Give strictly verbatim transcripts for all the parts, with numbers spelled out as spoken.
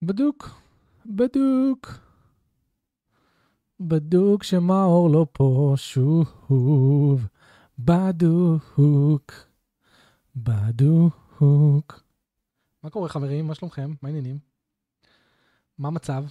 בדוק, בדוק, בדוק שמאור לא פה שוב, בדוק, בדוק. מה קורה חברים? מה שלומכם? מה העניינים? מה המצב?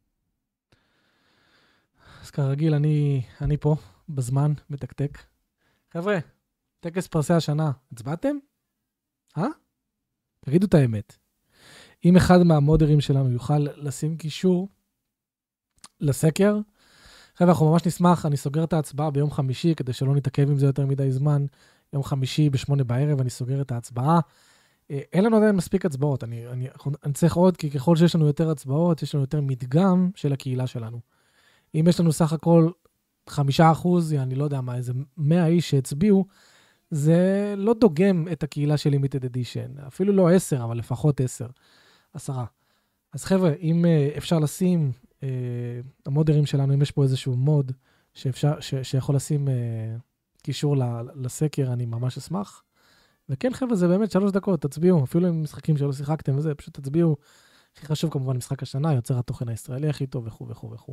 אז כרגיל אני, אני פה, בזמן, מתקתק. חבר'ה, טקס פרסי השנה, הצבעתם? אה? תגידו את האמת. אם אחד מהמודרים שלנו יוכל לשים קישור לסקר, חבר'ה, אנחנו ממש נשמח, אני סוגר את ההצבעה ביום חמישי, כדי שלא נתעכב עם זה יותר מדי זמן, יום חמישי בשמונה בערב, אני סוגר את ההצבעה. אין לנו עדיין מספיק הצבעות, אני, אני, אני צריך עוד, כי ככל שיש לנו יותר הצבעות, יש לנו יותר מדגם של הקהילה שלנו. אם יש לנו סך הכל חמישה אחוז, אני לא יודע מה, איזה מאה איש שהצביעו, זה לא דוגם את הקהילה של Limited Edition, אפילו לא עשר, אבל לפחות עשר, עשרה. אז חבר'ה, אם אפשר לשים, המודרים שלנו, אם יש פה איזשהו מוד שאפשר, ש, שיכול לשים קישור לסקר, אני ממש אשמח. וכן חבר'ה, זה באמת שלוש דקות, תצביעו, אפילו עם משחקים שלא שיחקתם וזה, פשוט תצביעו. הכי חשוב כמובן משחק השנה, יוצר התוכן הישראלי הכי טוב וכו' וכו' וכו'.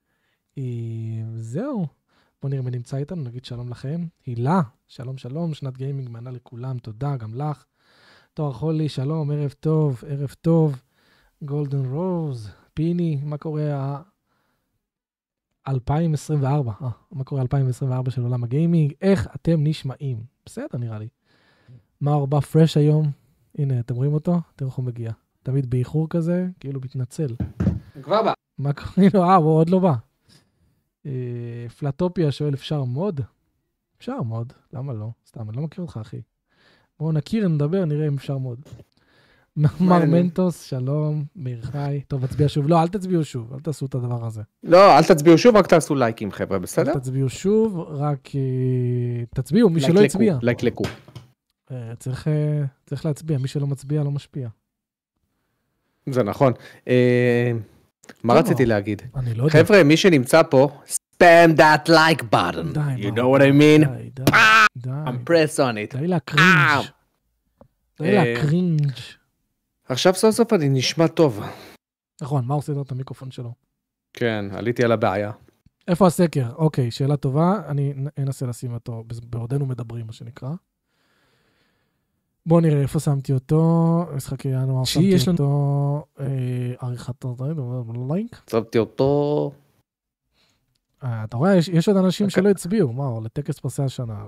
זהו. בוא נראה מי נמצא איתנו, נגיד שלום לכם. הילה, שלום שלום, שנת גיימינג מענה לכולם, תודה, גם לך. תואר חולי, שלום, ערב טוב, ערב טוב. גולדן רוז, פיני, מה קורה אלפיים עשרים וארבע? אה, מה קורה אלפיים עשרים וארבע של עולם הגיימינג? איך אתם נשמעים? בסדר, נראה לי. מה הרבה פרש היום? הנה, אתם רואים אותו? תראו איך הוא מגיע. תמיד באיחור כזה, כאילו מתנצל. הוא כבר בא. מה קורה? אה, הוא עוד לא בא. פלטופיה שואל, אפשר מוד? אפשר מוד, למה לא? סתם, אני לא מכיר אותך, אחי. בואו נכיר, נדבר, נראה אם אפשר מוד. מר מנטוס, שלום, מאיר חי. טוב, הצביע שוב. לא, אל תצביעו שוב, אל תעשו את הדבר הזה. לא, אל תצביעו שוב, רק תעשו לייקים, חבר'ה, בסדר? אל תצביעו שוב, רק תצביעו, מי שלא יצביע. לייקלקו. צריך להצביע, מי שלא מצביע לא משפיע. זה נכון. מה רציתי להגיד? אני לא יודע. חבר'ה, מי שנמצא פה, spam that like button. You know what I mean? די, די, די. I'm press on it. די להקרינג'. די להקרינג'. עכשיו סוף סוף אני נשמע טוב. נכון, מה עושה את המיקרופון שלו? כן, עליתי על הבעיה. איפה הסקר? אוקיי, שאלה טובה. אני אנסה לשים אותו, בעודנו מדברים, מה שנקרא. בואו נראה איפה שמתי אותו, משחקי ינואר, שמתי אותו, עריכת לינק. שמתי אותו. אתה רואה, יש עוד אנשים שלא הצביעו, מה, לטקס פרסי השנה,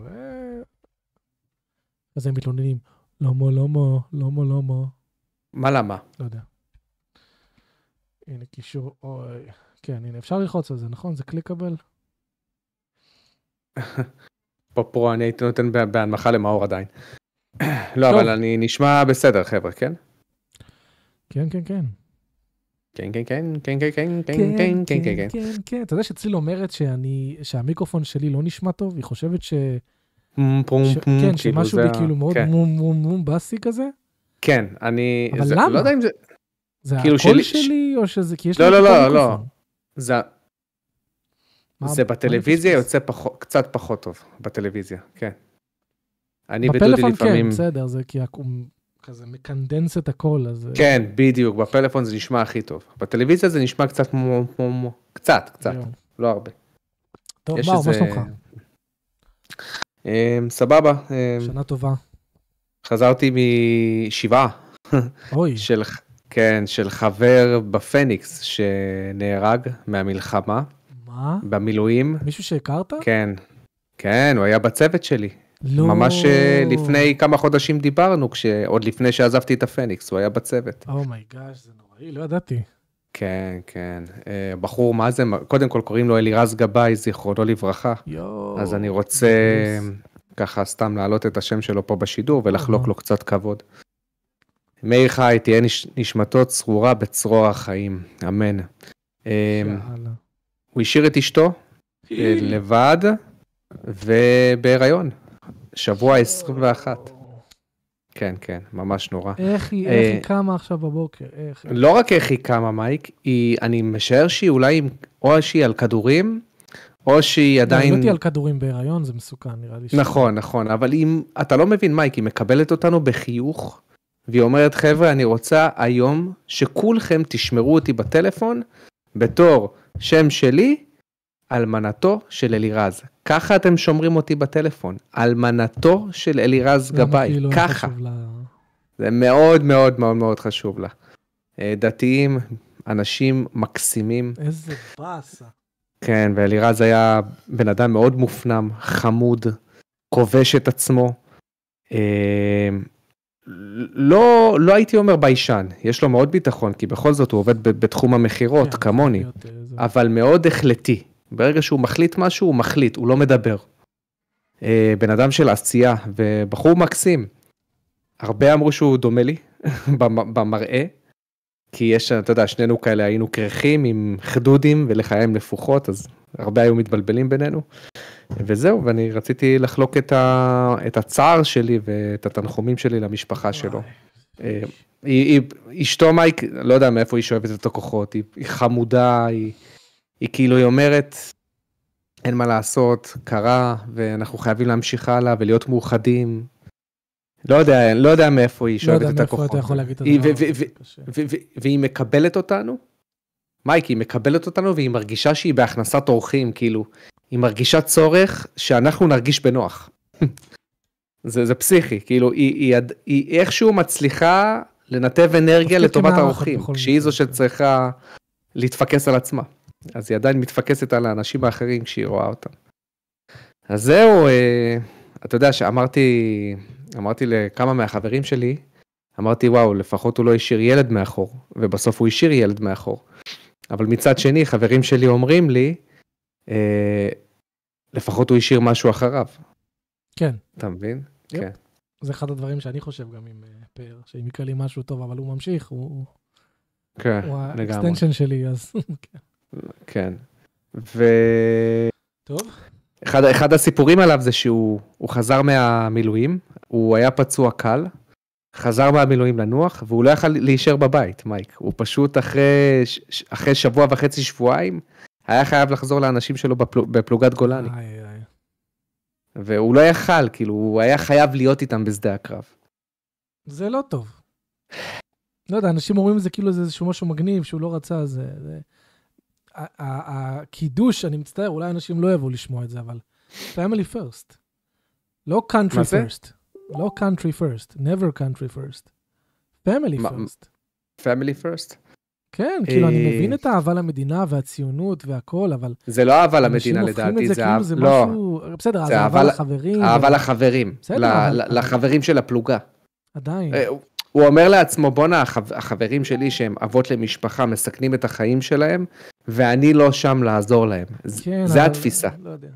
אז הם מתלוננים, למה, למה, למה, למה. מה למה? לא יודע. הנה קישור, כן, הנה, אפשר ללחוץ על זה, נכון? זה קליקבל? פה פה אני הייתי נותן בהנמכה למאור עדיין. לא, אבל אני נשמע בסדר, חבר'ה, כן? כן, כן, כן. כן, כן, כן, כן, כן, כן, כן, כן, כן, כן, כן, כן. אתה יודע שציל אומרת שהמיקרופון שלי לא נשמע טוב, היא חושבת ש... כן, שמשהו בי כאילו מאוד מום בסי כזה? כן, אני... אבל למה? לא יודע אם זה... זה הקול שלי או שזה... לא, לא, לא, לא. זה בטלוויזיה יוצא קצת פחות טוב, בטלוויזיה, כן. אני בדודי לפעמים... בפלאפון כן, בסדר, זה כי הוא כזה מקנדנס את הכל, אז... כן, בדיוק, בפלאפון זה נשמע הכי טוב. בטלוויזיה זה נשמע קצת כמו... קצת, קצת, לא הרבה. טוב, מה, מה שלומך? סבבה. שנה טובה. חזרתי משבעה. אוי. כן, של חבר בפניקס שנהרג מהמלחמה. מה? במילואים. מישהו שהכרת? כן, כן, הוא היה בצוות שלי. לא. ממש לפני כמה חודשים דיברנו, עוד לפני שעזבתי את הפניקס, הוא היה בצוות. אומייגאש, זה נוראי, לא ידעתי. כן, כן. בחור, מה זה? קודם כל קוראים לו אלירז גבאי, זיכרונו לברכה. יו. אז אני רוצה ככה סתם להעלות את השם שלו פה בשידור, ולחלוק לו קצת כבוד. מאיר חי, תהיה נשמתו צרורה בצרור החיים. אמן. הוא השאיר את אשתו לבד ובהיריון. שבוע עשרים ואחת. כן, כן, ממש נורא. איך היא, איך היא קמה עכשיו בבוקר? איך? לא רק איך היא קמה, מייק, היא, אני משער שהיא אולי, או שהיא על כדורים, או שהיא עדיין... לא תהיה על כדורים בהיריון, זה מסוכן, נראה לי. נכון, נכון, אבל אם, אתה לא מבין, מייק, היא מקבלת אותנו בחיוך, והיא אומרת, חבר'ה, אני רוצה היום שכולכם תשמרו אותי בטלפון, בתור שם שלי, אלמנתו של אלירז. ככה אתם שומרים אותי בטלפון, אלמנתו של אלירז גבאי, ככה. זה מאוד מאוד מאוד מאוד חשוב לה. דתיים, אנשים מקסימים. איזה באסה. כן, ואלירז היה בן אדם מאוד מופנם, חמוד, כובש את עצמו. לא, לא הייתי אומר ביישן, יש לו מאוד ביטחון, כי בכל זאת הוא עובד בתחום המחירות, כמוני, אבל מאוד החלטי. ברגע שהוא מחליט משהו, הוא מחליט, הוא לא מדבר. בן אדם של עשייה, ובחור מקסים. הרבה אמרו שהוא דומה לי במראה, כי יש, אתה יודע, שנינו כאלה היינו קרחים עם חדודים ולחיים לפוחות, אז הרבה היו מתבלבלים בינינו. וזהו, ואני רציתי לחלוק את, ה, את הצער שלי ואת התנחומים שלי למשפחה שלו. היא, היא, אשתו מייק, לא יודע מאיפה היא שואבת את הכוחות, היא, היא חמודה, היא, היא כאילו, היא אומרת, אין מה לעשות, קרה, ואנחנו חייבים להמשיך הלאה ולהיות מאוחדים. לא יודע, לא יודע מאיפה היא שואבת את הכוחות. לא יודע מאיפה אתה יכול להגיד את הדבר. והיא מקבלת אותנו, מייק, היא מקבלת אותנו, והיא מרגישה שהיא בהכנסת אורחים, כאילו, היא מרגישה צורך שאנחנו נרגיש בנוח. זה, זה פסיכי, כאילו, היא, היא, היא איכשהו מצליחה לנתב אנרגיה לטובת האורחים, כשהיא זו שצריכה להתפקס על עצמה. אז היא עדיין מתפקסת על האנשים האחרים כשהיא רואה אותם. אז זהו, אתה יודע שאמרתי, אמרתי לכמה מהחברים שלי, אמרתי, וואו, לפחות הוא לא השאיר ילד מאחור, ובסוף הוא השאיר ילד מאחור. אבל מצד שני, חברים שלי אומרים לי, אה, לפחות הוא השאיר משהו אחריו. כן. אתה מבין? יפ. כן. זה אחד הדברים שאני חושב גם עם uh, פאר, שאם יקרה לי משהו טוב, אבל הוא ממשיך, הוא... כן, הוא לגמרי. האקסטנשן שלי, אז... כן. ו... טוב. אחד, אחד הסיפורים עליו זה שהוא חזר מהמילואים, הוא היה פצוע קל, חזר מהמילואים לנוח, והוא לא יכל להישאר בבית, מייק. הוא פשוט אחרי, אחרי שבוע וחצי, שבועיים, היה חייב לחזור לאנשים שלו בפלוג, בפלוגת גולני. איי, איי. והוא לא יכל, כאילו, הוא היה חייב להיות איתם בשדה הקרב. זה לא טוב. לא יודע, אנשים אומרים את זה כאילו זה איזשהו משהו מגניב, שהוא לא רצה, זה... זה... הקידוש, אני מצטער, אולי אנשים לא יבואו לשמוע את זה, אבל family first. לא country first. לא country first. never country first. family first. family first? כן, כאילו אני מבין את האהבה למדינה והציונות והכל, אבל... זה לא אהבה למדינה לדעתי, זה אהבה... לא. בסדר, זה אהבה לחברים. אהבה לחברים. לחברים של הפלוגה. עדיין. הוא אומר לעצמו, בונה, החברים שלי שהם אבות למשפחה, מסכנים את החיים שלהם, ואני לא שם לעזור להם. זה התפיסה. לא יודע.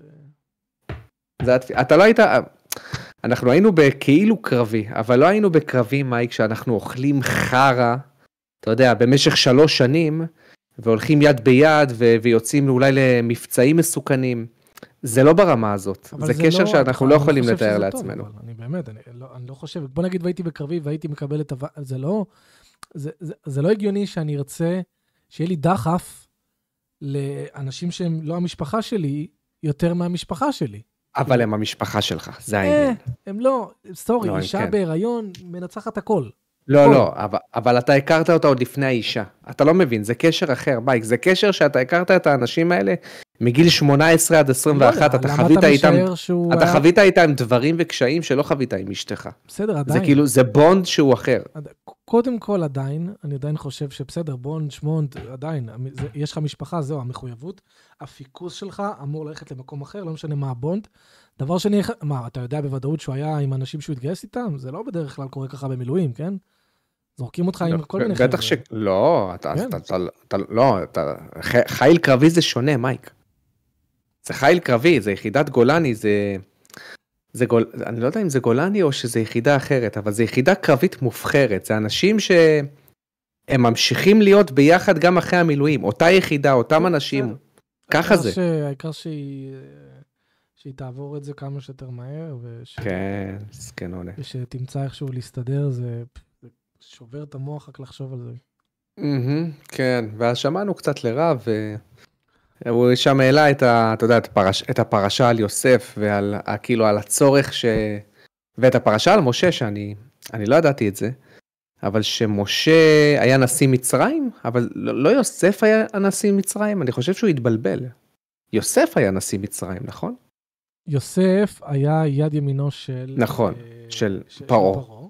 אתה לא היית... אנחנו היינו בכאילו קרבי, אבל לא היינו בקרבי, מייק, שאנחנו אוכלים חרה, אתה יודע, במשך שלוש שנים, והולכים יד ביד, ויוצאים אולי למבצעים מסוכנים. זה לא ברמה הזאת. זה קשר שאנחנו לא יכולים לתאר לעצמנו. אני באמת, אני לא חושב, בוא נגיד, והייתי בקרבי, והייתי מקבל את... זה לא... זה לא הגיוני שאני ארצה, שיהיה לי דחף לאנשים שהם לא המשפחה שלי, יותר מהמשפחה שלי. אבל הם המשפחה שלך, זה העניין. הם לא, סורי, אישה בהיריון מנצחת הכל. לא, לא, אבל אתה הכרת אותה עוד לפני האישה. אתה לא מבין, זה קשר אחר, בייק, זה קשר שאתה הכרת את האנשים האלה מגיל שמונה עשרה עד עשרים ואחת, אתה חווית איתם, אתה חווית איתם דברים וקשיים שלא חווית עם אשתך. בסדר, עדיין. זה כאילו, זה בונד שהוא אחר. קודם כל עדיין, אני עדיין חושב שבסדר, בונד, שמונד, עדיין, יש לך משפחה, זהו, המחויבות, הפיקוס שלך אמור ללכת למקום אחר, לא משנה מה הבונד. דבר שני, מה, אתה יודע בוודאות שהוא היה עם אנשים שהוא התגייס איתם? זה לא בדרך כלל קורה ככה במילואים, כן? זורקים אותך עם כל מיני חבר'ה. בטח ש... לא, אתה לא, אתה... חיל קרבי זה שונה, מייק. זה חיל קרבי, זה יחידת גולני, זה... זה גול... אני לא יודע אם זה גולני או שזה יחידה אחרת, אבל זה יחידה קרבית מובחרת. זה אנשים שהם ממשיכים להיות ביחד גם אחרי המילואים. אותה יחידה, אותם אנשים. ככה זה. העיקר שהיא... שהיא תעבור את זה כמה שיותר מהר. כן, סקנונה. ושתמצא איכשהו להסתדר, זה שובר את המוח רק לחשוב על זה. כן, ואז שמענו קצת לרב, והוא שם העלה את, ה, אתה יודע, את, הפרש, את הפרשה על יוסף, ועל, כאילו, על הצורך ש... ואת הפרשה על משה, שאני אני לא ידעתי את זה, אבל שמשה היה נשיא מצרים, אבל לא יוסף היה נשיא מצרים, אני חושב שהוא התבלבל. יוסף היה נשיא מצרים, נכון? יוסף היה יד ימינו של... נכון, של פרעה.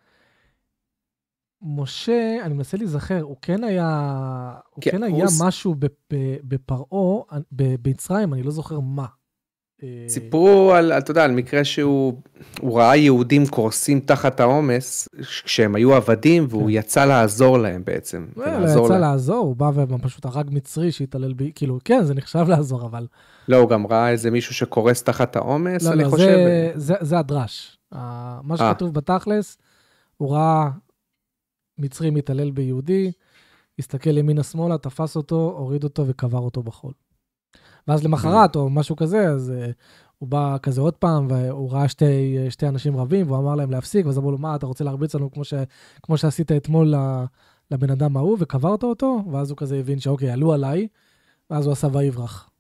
משה, אני מנסה להיזכר, הוא כן היה, הוא כן היה משהו בפרעה, במצרים, אני לא זוכר מה. סיפרו על, אתה יודע, על מקרה שהוא ראה יהודים קורסים תחת העומס, כשהם היו עבדים, והוא יצא לעזור להם בעצם. הוא יצא לעזור, הוא בא ופשוט הרג מצרי שהתעלל בי, כאילו, כן, זה נחשב לעזור, אבל... לא, הוא גם ראה איזה מישהו שקורס תחת העומס, אני חושב... לא, לא, זה הדרש. מה שכתוב בתכלס, הוא ראה מצרי מתעלל ביהודי, הסתכל ימינה שמאלה, תפס אותו, הוריד אותו וקבר אותו בחול. ואז למחרת, או משהו כזה, אז הוא בא כזה עוד פעם, והוא ראה שתי, שתי אנשים רבים, והוא אמר להם להפסיק, ואז אמרו לו, מה, אתה רוצה להרביץ לנו כמו, ש, כמו שעשית אתמול לבן אדם ההוא, וקברת אותו, ואז הוא כזה הבין שאוקיי, עלו עליי, ואז הוא עשה ויברח.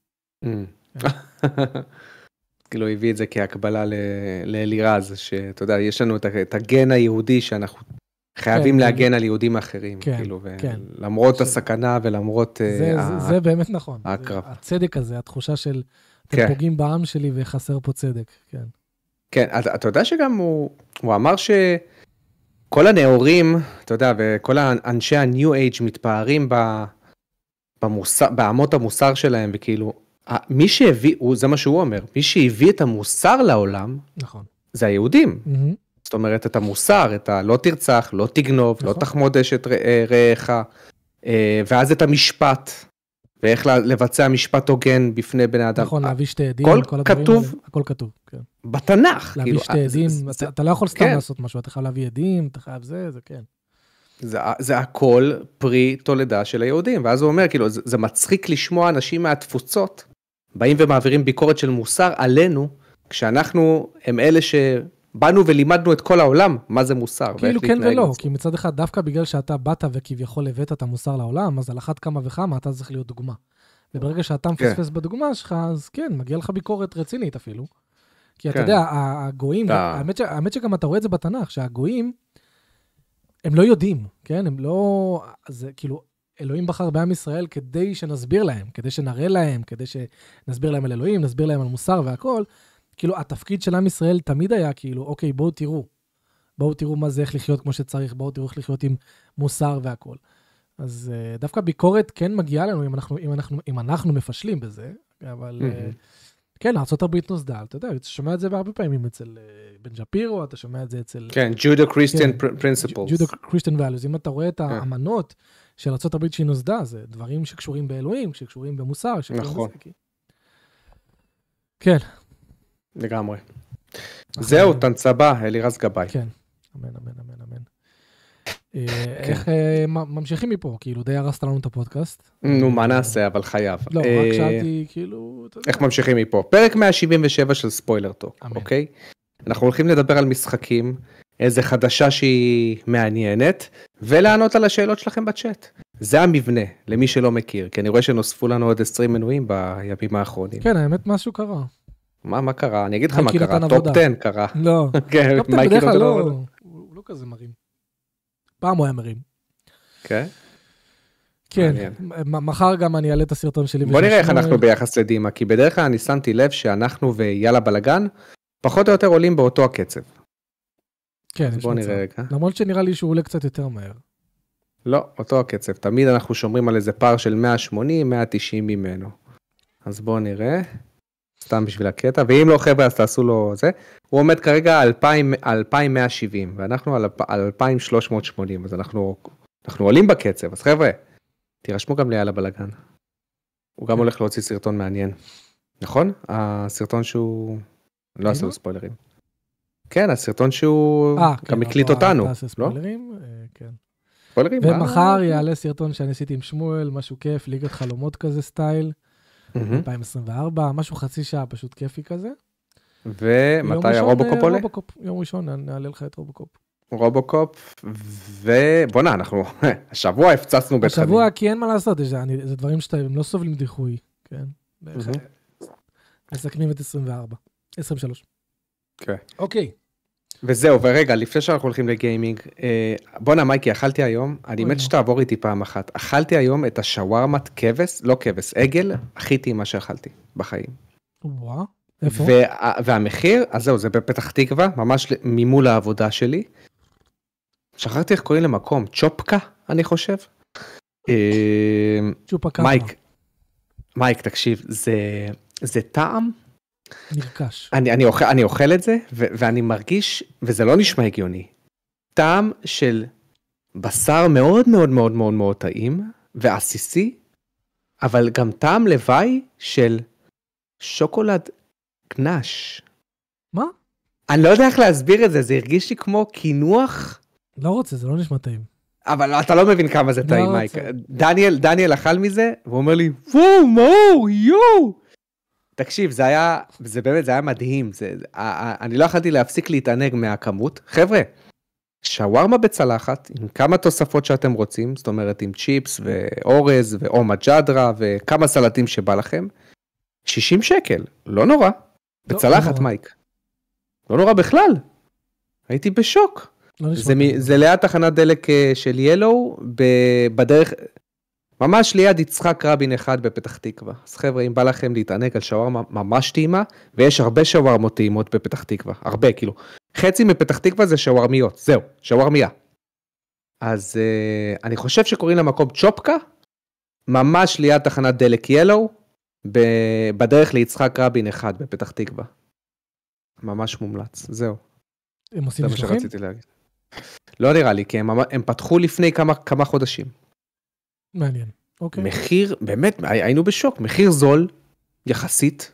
כאילו, הביא את זה כהקבלה לאלירז, שאתה יודע, יש לנו את הגן היהודי שאנחנו חייבים להגן על יהודים אחרים, כאילו, למרות הסכנה ולמרות הקרב. זה באמת נכון. הצדק הזה, התחושה של, אתם פוגעים בעם שלי וחסר פה צדק, כן. כן, אתה יודע שגם הוא אמר שכל הנאורים, אתה יודע, וכל האנשי ה-New Age מתפארים באמות המוסר שלהם, וכאילו, מי שהביא, זה מה שהוא אומר, מי שהביא את המוסר לעולם, זה היהודים. זאת אומרת, את המוסר, את הלא תרצח, לא תגנוב, לא תחמוד אשת רעך, ואז את המשפט, ואיך לבצע משפט הוגן בפני בני אדם. נכון, להביא שתי עדים, כל כתוב, הכל כתוב, כן. בתנ"ך. להביא שתי עדים, אתה לא יכול סתם לעשות משהו, אתה חייב להביא עדים, אתה חייב זה, זה כן. זה הכל פרי תולדה של היהודים, ואז הוא אומר, כאילו, זה מצחיק לשמוע אנשים מהתפוצות, באים ומעבירים ביקורת של מוסר עלינו, כשאנחנו הם אלה ש... באנו ולימדנו את כל העולם, מה זה מוסר. כאילו כן ולא, כי מצד אחד, דווקא בגלל שאתה באת וכביכול הבאת את המוסר לעולם, אז על אחת כמה וכמה אתה צריך להיות דוגמה. וברגע שאתה מפספס בדוגמה שלך, אז כן, מגיע לך ביקורת רצינית אפילו. כי אתה יודע, הגויים, האמת שגם אתה רואה את זה בתנ"ך, שהגויים, הם לא יודעים, כן? הם לא, אז כאילו, אלוהים בחר בעם ישראל כדי שנסביר להם, כדי שנראה להם, כדי שנסביר להם על אלוהים, נסביר להם על מוסר והכל. כאילו, התפקיד של עם ישראל תמיד היה, כאילו, אוקיי, בואו תראו. בואו תראו מה זה, איך לחיות כמו שצריך, בואו תראו איך לחיות עם מוסר והכל. אז uh, דווקא ביקורת כן מגיעה לנו, אם אנחנו, אם אנחנו, אם אנחנו מפשלים בזה, אבל mm-hmm. uh, כן, ארצות הברית נוסדה, אתה יודע, אתה שומע את זה בהרבה פעמים אצל uh, בן ג'פירו, אתה שומע את זה אצל... כן, Judeo-Christian כן, Principles. Judeo-Christian Values. אם אתה רואה את האמנות של ארצות הברית שהיא נוסדה, זה דברים שקשורים באלוהים, שקשורים במוסר, שקשורים נכון. בזה. כן. לגמרי. זהו, תנצבה, אלירז גבאי. כן, אמן, אמן, אמן, אמן. איך ממשיכים מפה? כאילו, די הרסת לנו את הפודקאסט. נו, מה נעשה, אבל חייב. לא, רק שאלתי, כאילו... איך ממשיכים מפה? פרק מאה שבעים ושבע של ספוילר טוק, אוקיי? אנחנו הולכים לדבר על משחקים, איזה חדשה שהיא מעניינת, ולענות על השאלות שלכם בצ'אט. זה המבנה, למי שלא מכיר, כי אני רואה שנוספו לנו עוד עשרים מנויים בימים האחרונים. כן, האמת משהו קרה. מה, מה קרה? אני אגיד לך מה קרה, טופ עשר קרה. לא, טופ עשר בדרך כלל לא, הוא לא כזה מרים. פעם הוא היה מרים. כן? כן, מחר גם אני אעלה את הסרטון שלי. בוא נראה איך אנחנו ביחס לדימה, כי בדרך כלל אני שמתי לב שאנחנו ויאללה בלגן, פחות או יותר עולים באותו הקצב. כן, אז בוא נראה רגע. למרות שנראה לי שהוא עולה קצת יותר מהר. לא, אותו הקצב. תמיד אנחנו שומרים על איזה פער של מאה שמונים, מאה תשעים ממנו. אז בוא נראה. סתם בשביל הקטע, ואם לא חבר'ה אז תעשו לו זה, הוא עומד כרגע על אלפיים מאה שבעים, ואנחנו על אלפיים שלוש מאות שמונים, אז אנחנו, אנחנו עולים בקצב, אז חבר'ה, תירשמו גם ליאללה בלגן. הוא גם הולך להוציא סרטון מעניין, נכון? הסרטון שהוא, לא עשו ספוילרים. כן, הסרטון שהוא גם הקליט אותנו, לא? כן. ספוילרים? ומחר יעלה סרטון שאני עשיתי עם שמואל, משהו כיף, ליגת חלומות כזה סטייל, אלפיים עשרים וארבע, משהו חצי שעה פשוט כיפי כזה. ומתי הרובוקופ עולה? יום ראשון נעלה לך את רובוקופ. רובוקופ, ובוא'נה, אנחנו השבוע הפצצנו בתכנים. השבוע, כי אין מה לעשות, זה דברים שאתם לא סובלים דיחוי, כן? מסכמים את עשרים וארבע, עשרים ושלוש. כן. אוקיי. וזהו, ורגע, לפני שאנחנו הולכים לגיימינג, בואנה מייקי, אכלתי היום, אני מת שתעבור איתי פעם אחת, אכלתי היום את השווארמת כבש, לא כבש, עגל, הכי טעימה שאכלתי בחיים. וואו, איפה? והמחיר, אז זהו, זה בפתח תקווה, ממש ממול העבודה שלי. שכחתי איך קוראים למקום, צ'ופקה, אני חושב. צ'ופקה. מייק, מייק, תקשיב, זה טעם, נרכש. אני, אני, אוכל, אני אוכל את זה, ו- ואני מרגיש, וזה לא נשמע הגיוני, טעם של בשר מאוד מאוד מאוד מאוד מאוד טעים, ועסיסי, אבל גם טעם לוואי של שוקולד גנש. מה? אני לא יודע איך להסביר את זה, זה הרגיש לי כמו כינוח. לא רוצה, זה לא נשמע טעים. אבל אתה לא מבין כמה זה טעים, לא מייק. דניאל, דניאל אכל מזה, והוא אומר לי, וואו, מאור, יואו. תקשיב, זה היה, זה באמת, זה היה מדהים, זה, אני לא יכולתי להפסיק להתענג מהכמות. חבר'ה, שווארמה בצלחת, עם כמה תוספות שאתם רוצים, זאת אומרת, עם צ'יפס ואורז ואומה ג'דרה וכמה סלטים שבא לכם, שישים שקל, לא נורא, בצלחת מייק. לא נורא בכלל, הייתי בשוק. זה, זה ליד תחנת דלק של ילו, בדרך... ממש ליד יצחק רבין אחד בפתח תקווה. אז חבר'ה, אם בא לכם להתענג על שווארמה ממש טעימה, ויש הרבה שווארמות טעימות בפתח תקווה, הרבה, כאילו. חצי מפתח תקווה זה שווארמיות, זהו, שווארמיה. אז uh, אני חושב שקוראים למקום צ'ופקה, ממש ליד תחנת דלק ילו, בדרך ליצחק רבין אחד בפתח תקווה. ממש מומלץ, זהו. הם עושים משלוחים? זה מה שרציתי להגיד. לא נראה לי, כי הם, הם פתחו לפני כמה, כמה חודשים. מעניין, אוקיי. מחיר, באמת, היינו בשוק, מחיר זול, יחסית,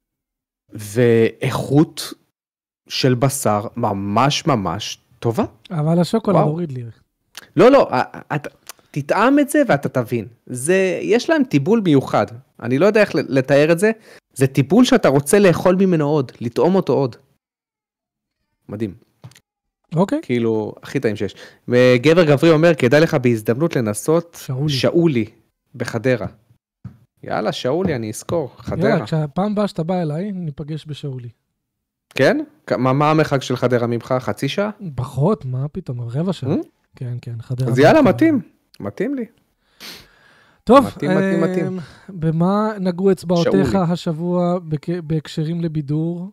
ואיכות של בשר ממש ממש טובה. אבל השוקולד הוריד לי. לא, לא, אתה, תטעם את זה ואתה תבין. זה, יש להם טיבול מיוחד. אני לא יודע איך לתאר את זה. זה טיבול שאתה רוצה לאכול ממנו עוד, לטעום אותו עוד. מדהים. אוקיי. כאילו, הכי טעים שיש. וגבר גברי אומר, כדאי לך בהזדמנות לנסות שאולי, שאולי בחדרה. יאללה, שאולי, אני אזכור, חדרה. יאללה, כשהפעם באה שאתה בא אליי, ניפגש בשאולי. כן? מה, מה המרחק של חדרה ממך? חצי שעה? פחות, מה פתאום? רבע שעה. כן, כן, חדרה. אז יאללה, מתאים. מתאים לי. טוב, מתאים, מתאים, מתאים. במה נגעו אצבעותיך השבוע בהקשרים לבידור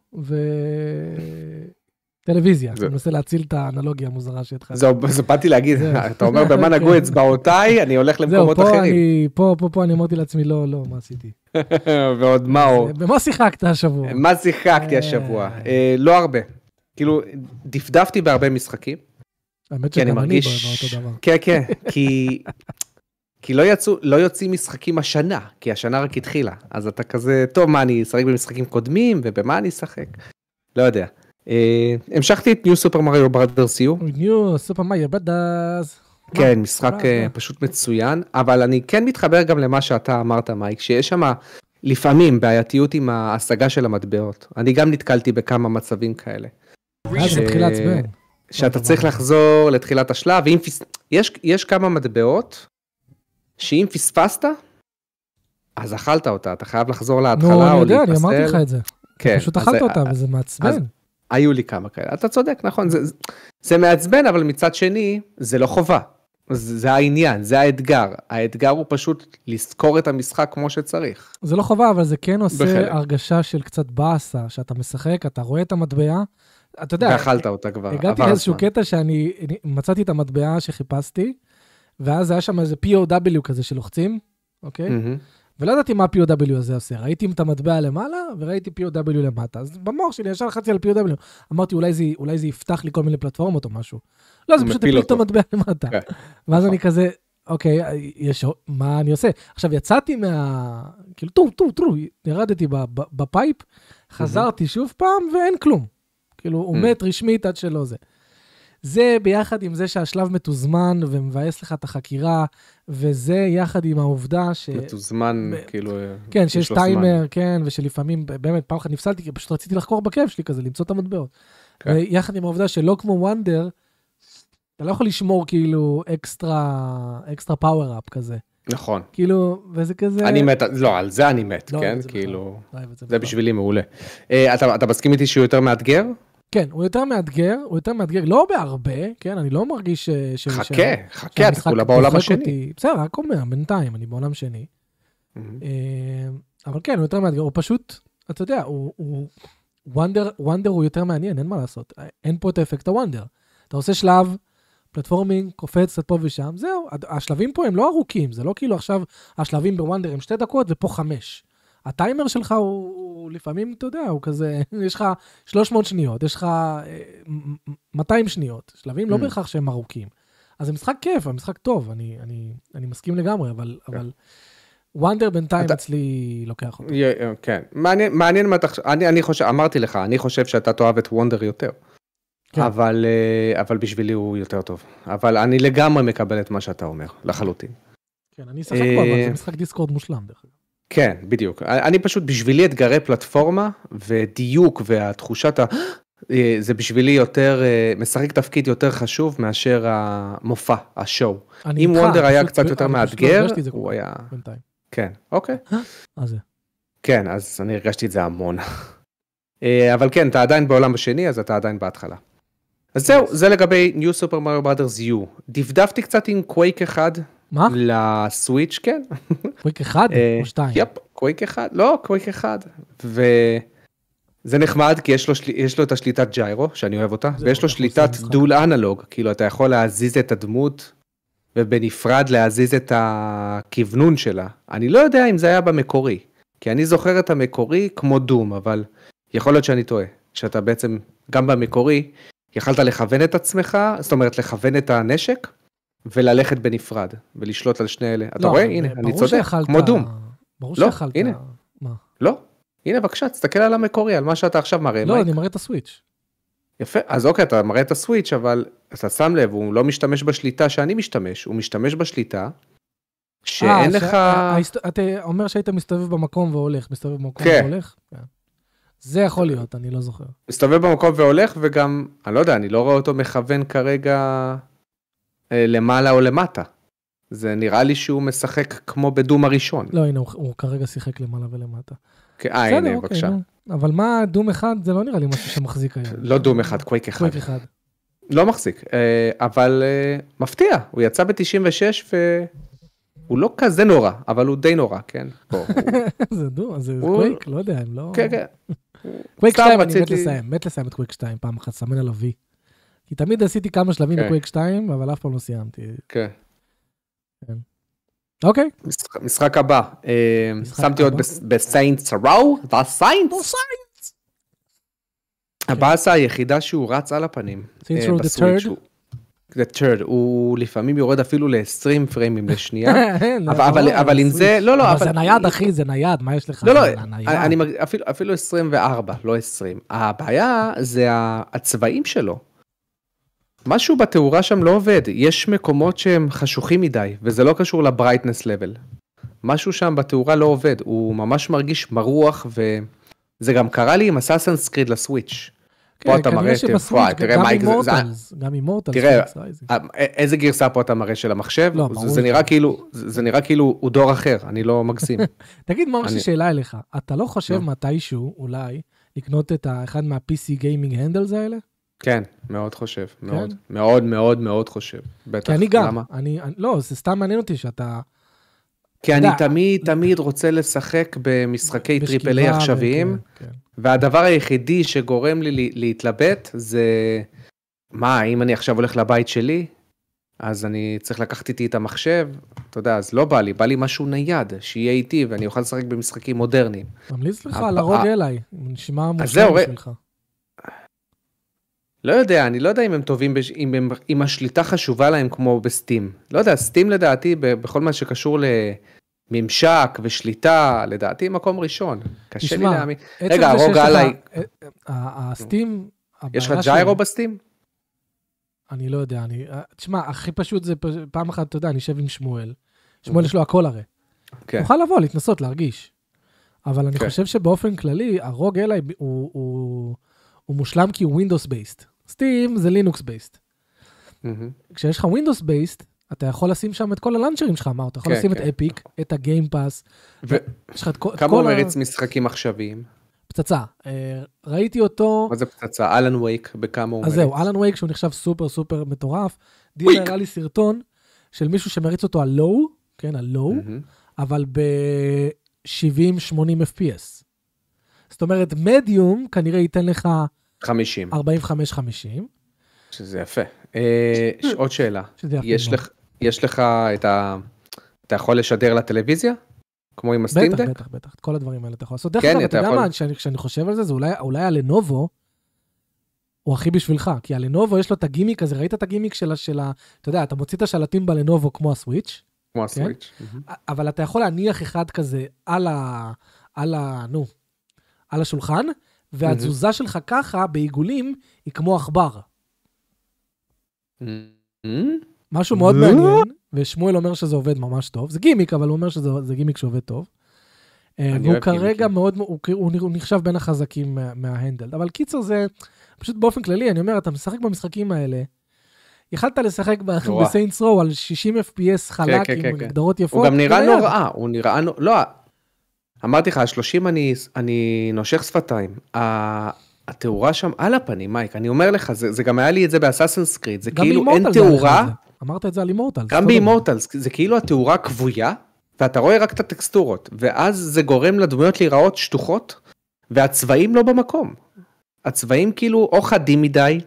וטלוויזיה? אני מנסה להציל את האנלוגיה המוזרה שהתחלתי. זהו, זה באתי להגיד, אתה אומר במה נגעו אצבעותיי, אני הולך למקומות אחרים. פה, פה, פה אני אמרתי לעצמי, לא, לא, מה עשיתי? ועוד מה או? במה שיחקת השבוע? מה שיחקתי השבוע? לא הרבה. כאילו, דפדפתי בהרבה משחקים. האמת שגם אני באותו דבר. כן, כן, כי... כי לא יצאו, לא יוצאים משחקים השנה, כי השנה רק התחילה. אז אתה כזה, טוב, מה, אני אשחק במשחקים קודמים, ובמה אני אשחק? לא יודע. אה, המשכתי את ניו סופר מריו ברדרס יו. ניו סופר מריו ברדרס. כן, משחק אה, פשוט מצוין, אבל אני כן מתחבר גם למה שאתה אמרת, מייק, שיש שם לפעמים בעייתיות עם ההשגה של המטבעות. אני גם נתקלתי בכמה מצבים כאלה. אז זה מתחיל לעצבן. שאתה צריך לחזור לתחילת השלב, ואם יש, יש כמה מטבעות, שאם פספסת, אז אכלת אותה, אתה חייב לחזור להתחלה או להתפסל. נו, אני יודע, להתפסל. אני אמרתי לך את זה. כן. פשוט אכלת אותה, וזה מעצבן. אז היו לי כמה כאלה, אתה צודק, נכון, זה, זה מעצבן, אבל מצד שני, זה לא חובה. זה, זה העניין, זה האתגר. האתגר הוא פשוט לזכור את המשחק כמו שצריך. זה לא חובה, אבל זה כן עושה בחלק. הרגשה של קצת באסה, שאתה משחק, אתה רואה את המטבע, אתה יודע, ואכלת אותה כבר. הגעתי לאיזשהו קטע שאני מצאתי את המטבע שחיפשתי, ואז היה שם איזה פי או דאבליו כזה שלוחצים, אוקיי? ולא ידעתי מה פי או דאבליו הזה עושה. ראיתי את המטבע למעלה, וראיתי פי או דאבליו למטה. אז במוח שלי ישר לחצתי על פי או דאבליו. אמרתי, אולי זה, אולי זה יפתח לי כל מיני פלטפורמות או משהו. לא, זה פשוט הפיל את המטבע למטה. ואז אני כזה, אוקיי, יש, מה אני עושה? עכשיו, יצאתי מה... כאילו, טור, טור, טור, ירדתי בפייפ, חזרתי שוב פעם, ואין כלום. כאילו, הוא מת רשמית עד שלא זה. זה ביחד עם זה שהשלב מתוזמן ומבאס לך את החקירה, וזה יחד עם העובדה ש... מתוזמן, כאילו... כן, שיש טיימר, כן, ושלפעמים, באמת, פעם אחת נפסלתי, כי פשוט רציתי לחקור בכיף שלי כזה, למצוא את המטבעות. ויחד עם העובדה שלא כמו וונדר, אתה לא יכול לשמור כאילו אקסטרה, אקסטרה פאוור-אפ כזה. נכון. כאילו, וזה כזה... אני מת, לא, על זה אני מת, כן? כאילו... זה בשבילי מעולה. אתה מסכים איתי שהוא יותר מאתגר? כן, הוא יותר מאתגר, הוא יותר מאתגר, לא בהרבה, כן, אני לא מרגיש ש... חכה, חכה, אתה כולה בעולם השני. בסדר, רק אומר, בינתיים, אני בעולם שני. אבל כן, הוא יותר מאתגר, הוא פשוט, אתה יודע, הוא... וונדר, וונדר הוא יותר מעניין, אין מה לעשות. אין פה את האפקט הוונדר. אתה עושה שלב, פלטפורמינג, קופץ קצת פה ושם, זהו. השלבים פה הם לא ארוכים, זה לא כאילו עכשיו השלבים בוונדר הם שתי דקות ופה חמש. הטיימר שלך הוא, הוא לפעמים, אתה יודע, הוא כזה, יש לך שלוש מאות שניות, יש לך מאתיים שניות. שלבים לא בהכרח שהם ארוכים. אז זה משחק כיף, המשחק טוב, אני, אני, אני מסכים לגמרי, אבל, אבל וונדר בינתיים אצלי לוקח אותו. כן, מעניין, מעניין מה אתה חושב, אני חושב, אמרתי לך, אני חושב שאתה תאהב את וונדר יותר. אבל, אבל בשבילי הוא יותר טוב. אבל אני לגמרי מקבל את מה שאתה אומר, לחלוטין. כן, אני אשחק פה, אבל זה משחק דיסקורד מושלם, דרך אגב. כן, בדיוק. אני פשוט, בשבילי אתגרי פלטפורמה, ודיוק והתחושת ה... זה בשבילי יותר, משחק תפקיד יותר חשוב מאשר המופע, השואו. אם וונדר היה קצת יותר מאתגר, הוא היה... כן, אוקיי. אז זה. כן, אז אני הרגשתי את זה המון. אבל כן, אתה עדיין בעולם השני, אז אתה עדיין בהתחלה. אז זהו, זה לגבי New Super Mario Brothers U. דפדפתי קצת עם קווייק אחד. מה? לסוויץ', כן. קווייק אחד או שתיים? יפ, קווייק אחד, לא, קווייק אחד. וזה נחמד, כי יש לו, יש לו את השליטת ג'יירו, שאני אוהב אותה, ויש לו שליטת דול אנלוג, כאילו אתה יכול להזיז את הדמות, ובנפרד להזיז את הכיוונון שלה. אני לא יודע אם זה היה במקורי, כי אני זוכר את המקורי כמו דום, אבל יכול להיות שאני טועה, שאתה בעצם, גם במקורי, יכלת לכוון את עצמך, זאת אומרת, לכוון את הנשק, וללכת בנפרד, ולשלוט על שני אלה. אתה רואה? הנה, אני צודק, כמו דום. ברור שיכלת. הנה. מה? לא. הנה, בבקשה, תסתכל על המקורי, על מה שאתה עכשיו מראה. לא, אני מראה את הסוויץ'. יפה, אז אוקיי, אתה מראה את הסוויץ', אבל אתה שם לב, הוא לא משתמש בשליטה שאני משתמש, הוא משתמש בשליטה, שאין לך... אתה אומר שהיית מסתובב במקום והולך, מסתובב במקום והולך? זה יכול להיות, אני לא זוכר. מסתובב במקום והולך, וגם, אני לא יודע, אני לא רואה אותו מכוון כרגע למעלה או למטה. זה נראה לי שהוא משחק כמו בדום הראשון. לא, הנה, הוא כרגע שיחק למעלה ולמטה. אה, הנה, בבקשה. אבל מה, דום אחד, זה לא נראה לי משהו שמחזיק היום. לא דום אחד, קווייק אחד. קווייק אחד. לא מחזיק, אבל מפתיע, הוא יצא ב-תשעים ושש והוא לא כזה נורא, אבל הוא די נורא, כן? זה דום, זה קווייק, לא יודע, הם לא... כן, כן. קווייק שתיים אני מת לסיים, מת לסיים את קווייק שתיים, פעם אחת, סמן על אבי. כי תמיד עשיתי כמה שלבים בקווייק שתיים, אבל אף פעם לא סיימתי. כן. אוקיי. משחק הבא. שמתי עוד בסיינטס ראו, והסיינטס. הבאסה היחידה שהוא רץ על הפנים. סיינטס ראו the third? the third. הוא לפעמים יורד אפילו ל-עשרים פריימים לשנייה. אבל עם זה, לא, לא. אבל זה נייד, אחי, זה נייד, מה יש לך? לא, לא, אפילו עשרים וארבע, לא עשרים. הבעיה זה הצבעים שלו. משהו בתאורה שם לא עובד, יש מקומות שהם חשוכים מדי, וזה לא קשור לברייטנס לבל. משהו שם בתאורה לא עובד, הוא ממש מרגיש מרוח, וזה גם קרה לי עם אסאסינס קריד לסוויץ'. פה אתה מראה, תראה מייק, גם אימורטלס, תראה, איזה גרסה פה אתה מראה של המחשב, זה נראה כאילו, זה נראה כאילו הוא דור אחר, אני לא מגזים. תגיד מה יש שאלה אליך, אתה לא חושב מתישהו, אולי, לקנות את אחד מה-פי סי גיימינג הנדלס האלה? כן, מאוד חושב, מאוד, מאוד, מאוד, מאוד חושב. כי אני גם, אני, לא, זה סתם מעניין אותי שאתה... כי אני תמיד, תמיד רוצה לשחק במשחקי טריפל איי עכשוויים, והדבר היחידי שגורם לי להתלבט זה, מה, אם אני עכשיו הולך לבית שלי, אז אני צריך לקחת איתי את המחשב, אתה יודע, אז לא בא לי, בא לי משהו נייד, שיהיה איתי, ואני אוכל לשחק במשחקים מודרניים. ממליץ לך להרוג אליי, נשמע מושלם בשבילך. לא יודע, אני לא יודע אם הם טובים, אם, הם, אם השליטה חשובה להם כמו בסטים. לא יודע, סטים לדעתי, בכל מה שקשור לממשק ושליטה, לדעתי מקום ראשון. קשה לי להאמין. רגע, הרוג עליי. הסטים... יש לך ג'יירו בסטים? אני לא יודע, אני... תשמע, הכי פשוט זה פעם אחת, אתה יודע, אני אשב עם שמואל. שמואל יש לו הכל הרי. הוא יכול לבוא, להתנסות, להרגיש. אבל אני חושב שבאופן כללי, הרוג אליי הוא... הוא מושלם כי הוא Windows-based. סטים זה Linux-based. כשיש לך Windows-based, אתה יכול לשים שם את כל הלנצ'רים שלך, מה? אתה יכול לשים את אפיק, את הגיים פאס. כמה הוא מריץ משחקים עכשוויים? פצצה. ראיתי אותו... מה זה פצצה? אלן וייק, בכמה הוא מריץ? אז זהו, אלן וייק שהוא נחשב סופר סופר מטורף. דילה הראה לי סרטון של מישהו שמריץ אותו על לואו, כן, על לואו, אבל ב-שבעים שמונים אף פי אס. זאת אומרת, מדיום כנראה ייתן לך... חמישים. ארבעים וחמש חמישים. שזה יפה. עוד שאלה. יש לך את ה... אתה יכול לשדר לטלוויזיה? כמו עם הסטימדק? בטח, בטח, בטח. את כל הדברים האלה אתה יכול לעשות. דרך אגב, אתה יודע מה, כשאני חושב על זה, זה אולי הלנובו, הוא הכי בשבילך, כי הלנובו יש לו את הגימיק הזה, ראית את הגימיק של, אתה יודע, אתה מוציא את השלטים בלנובו כמו הסוויץ'. כמו הסוויץ'. אבל אתה יכול להניח אחד כזה על ה... על ה... נו, על השולחן, והתזוזה שלך ככה, בעיגולים, היא כמו עכבר. משהו מאוד מעניין, ושמואל אומר שזה עובד ממש טוב. זה גימיק, אבל הוא אומר שזה גימיק שעובד טוב. והוא כרגע מאוד, הוא נחשב בין החזקים מההנדלד. אבל קיצר זה, פשוט באופן כללי, אני אומר, אתה משחק במשחקים האלה, יכלת לשחק בסיינטס רו על שישים אף פי אס חלק עם הגדרות יפות. הוא גם נראה נורא, הוא נראה נורא, לא, אמרתי לך, השלושים אני נושך שפתיים. התאורה שם על הפנים, מייק, אני אומר לך, זה גם היה לי את זה באסאסינס קריד, זה כאילו אין תאורה. אמרת את זה על אימורטלס. גם באימורטלס, זה כאילו התאורה כבויה, ואתה רואה רק את הטקסטורות, ואז זה גורם לדמויות להיראות שטוחות, והצבעים לא במקום. הצבעים כאילו או חדים מדי,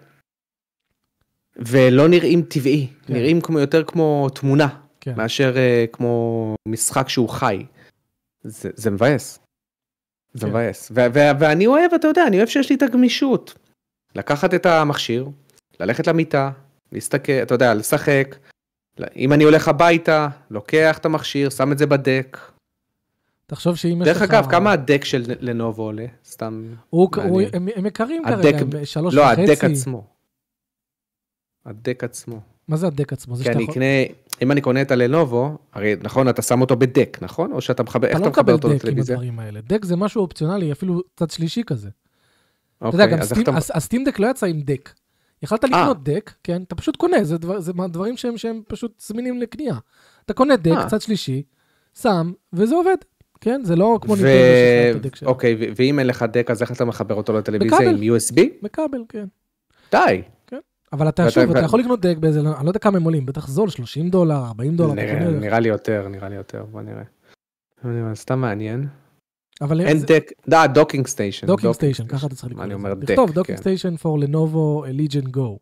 ולא נראים טבעי, נראים כמו יותר כמו תמונה, מאשר כמו משחק שהוא חי. זה מבאס. זה מבאס. ואני אוהב, אתה יודע, אני אוהב שיש לי את הגמישות. לקחת את המכשיר, ללכת למיטה, להסתכל, אתה יודע, לשחק. אם אני הולך הביתה, לוקח את המכשיר, שם את זה בדק. תחשוב שאם יש לך... דרך אגב, כמה הדק של לנובו עולה? סתם... הם יקרים כרגע, שלוש לא, וחצי. הדק עצמו. הדק עצמו. מה זה הדק עצמו? כי אני אקנה, אם אני קונה את הלנובו, הרי נכון, אתה שם אותו בדק, נכון? או שאתה מחבר, איך אתה מחבר אותו לטלוויזיה? אתה לא מקבל דק עם הדברים האלה. דק זה משהו אופציונלי, אפילו צד שלישי כזה. אתה יודע, גם הסטים דק לא יצא עם דק. יכלת לקנות דק, כן? אתה פשוט קונה, זה דברים שהם פשוט זמינים לקנייה. אתה קונה דק, צד שלישי, שם, וזה עובד. כן? זה לא כמו ניתן לשחרר את הדק שלו. אוקיי, ואם אין לך דק, אז איך אתה מחבר אותו לטלוויזיה עם יו אס בי? בכבל, כן. די. אבל אתה שוב, אתה יכול לקנות דק באיזה, אני לא יודע כמה הם עולים, בטח זול, שלושים דולר, ארבעים דולר. נראה לי יותר, נראה לי יותר, בוא נראה. סתם מעניין. אבל אין דק, דה, דוקינג סטיישן. דוקינג סטיישן, ככה אתה צריך לקרוא. אני אומר דק. תכתוב, דוקינג סטיישן for Lenovo Legion Go.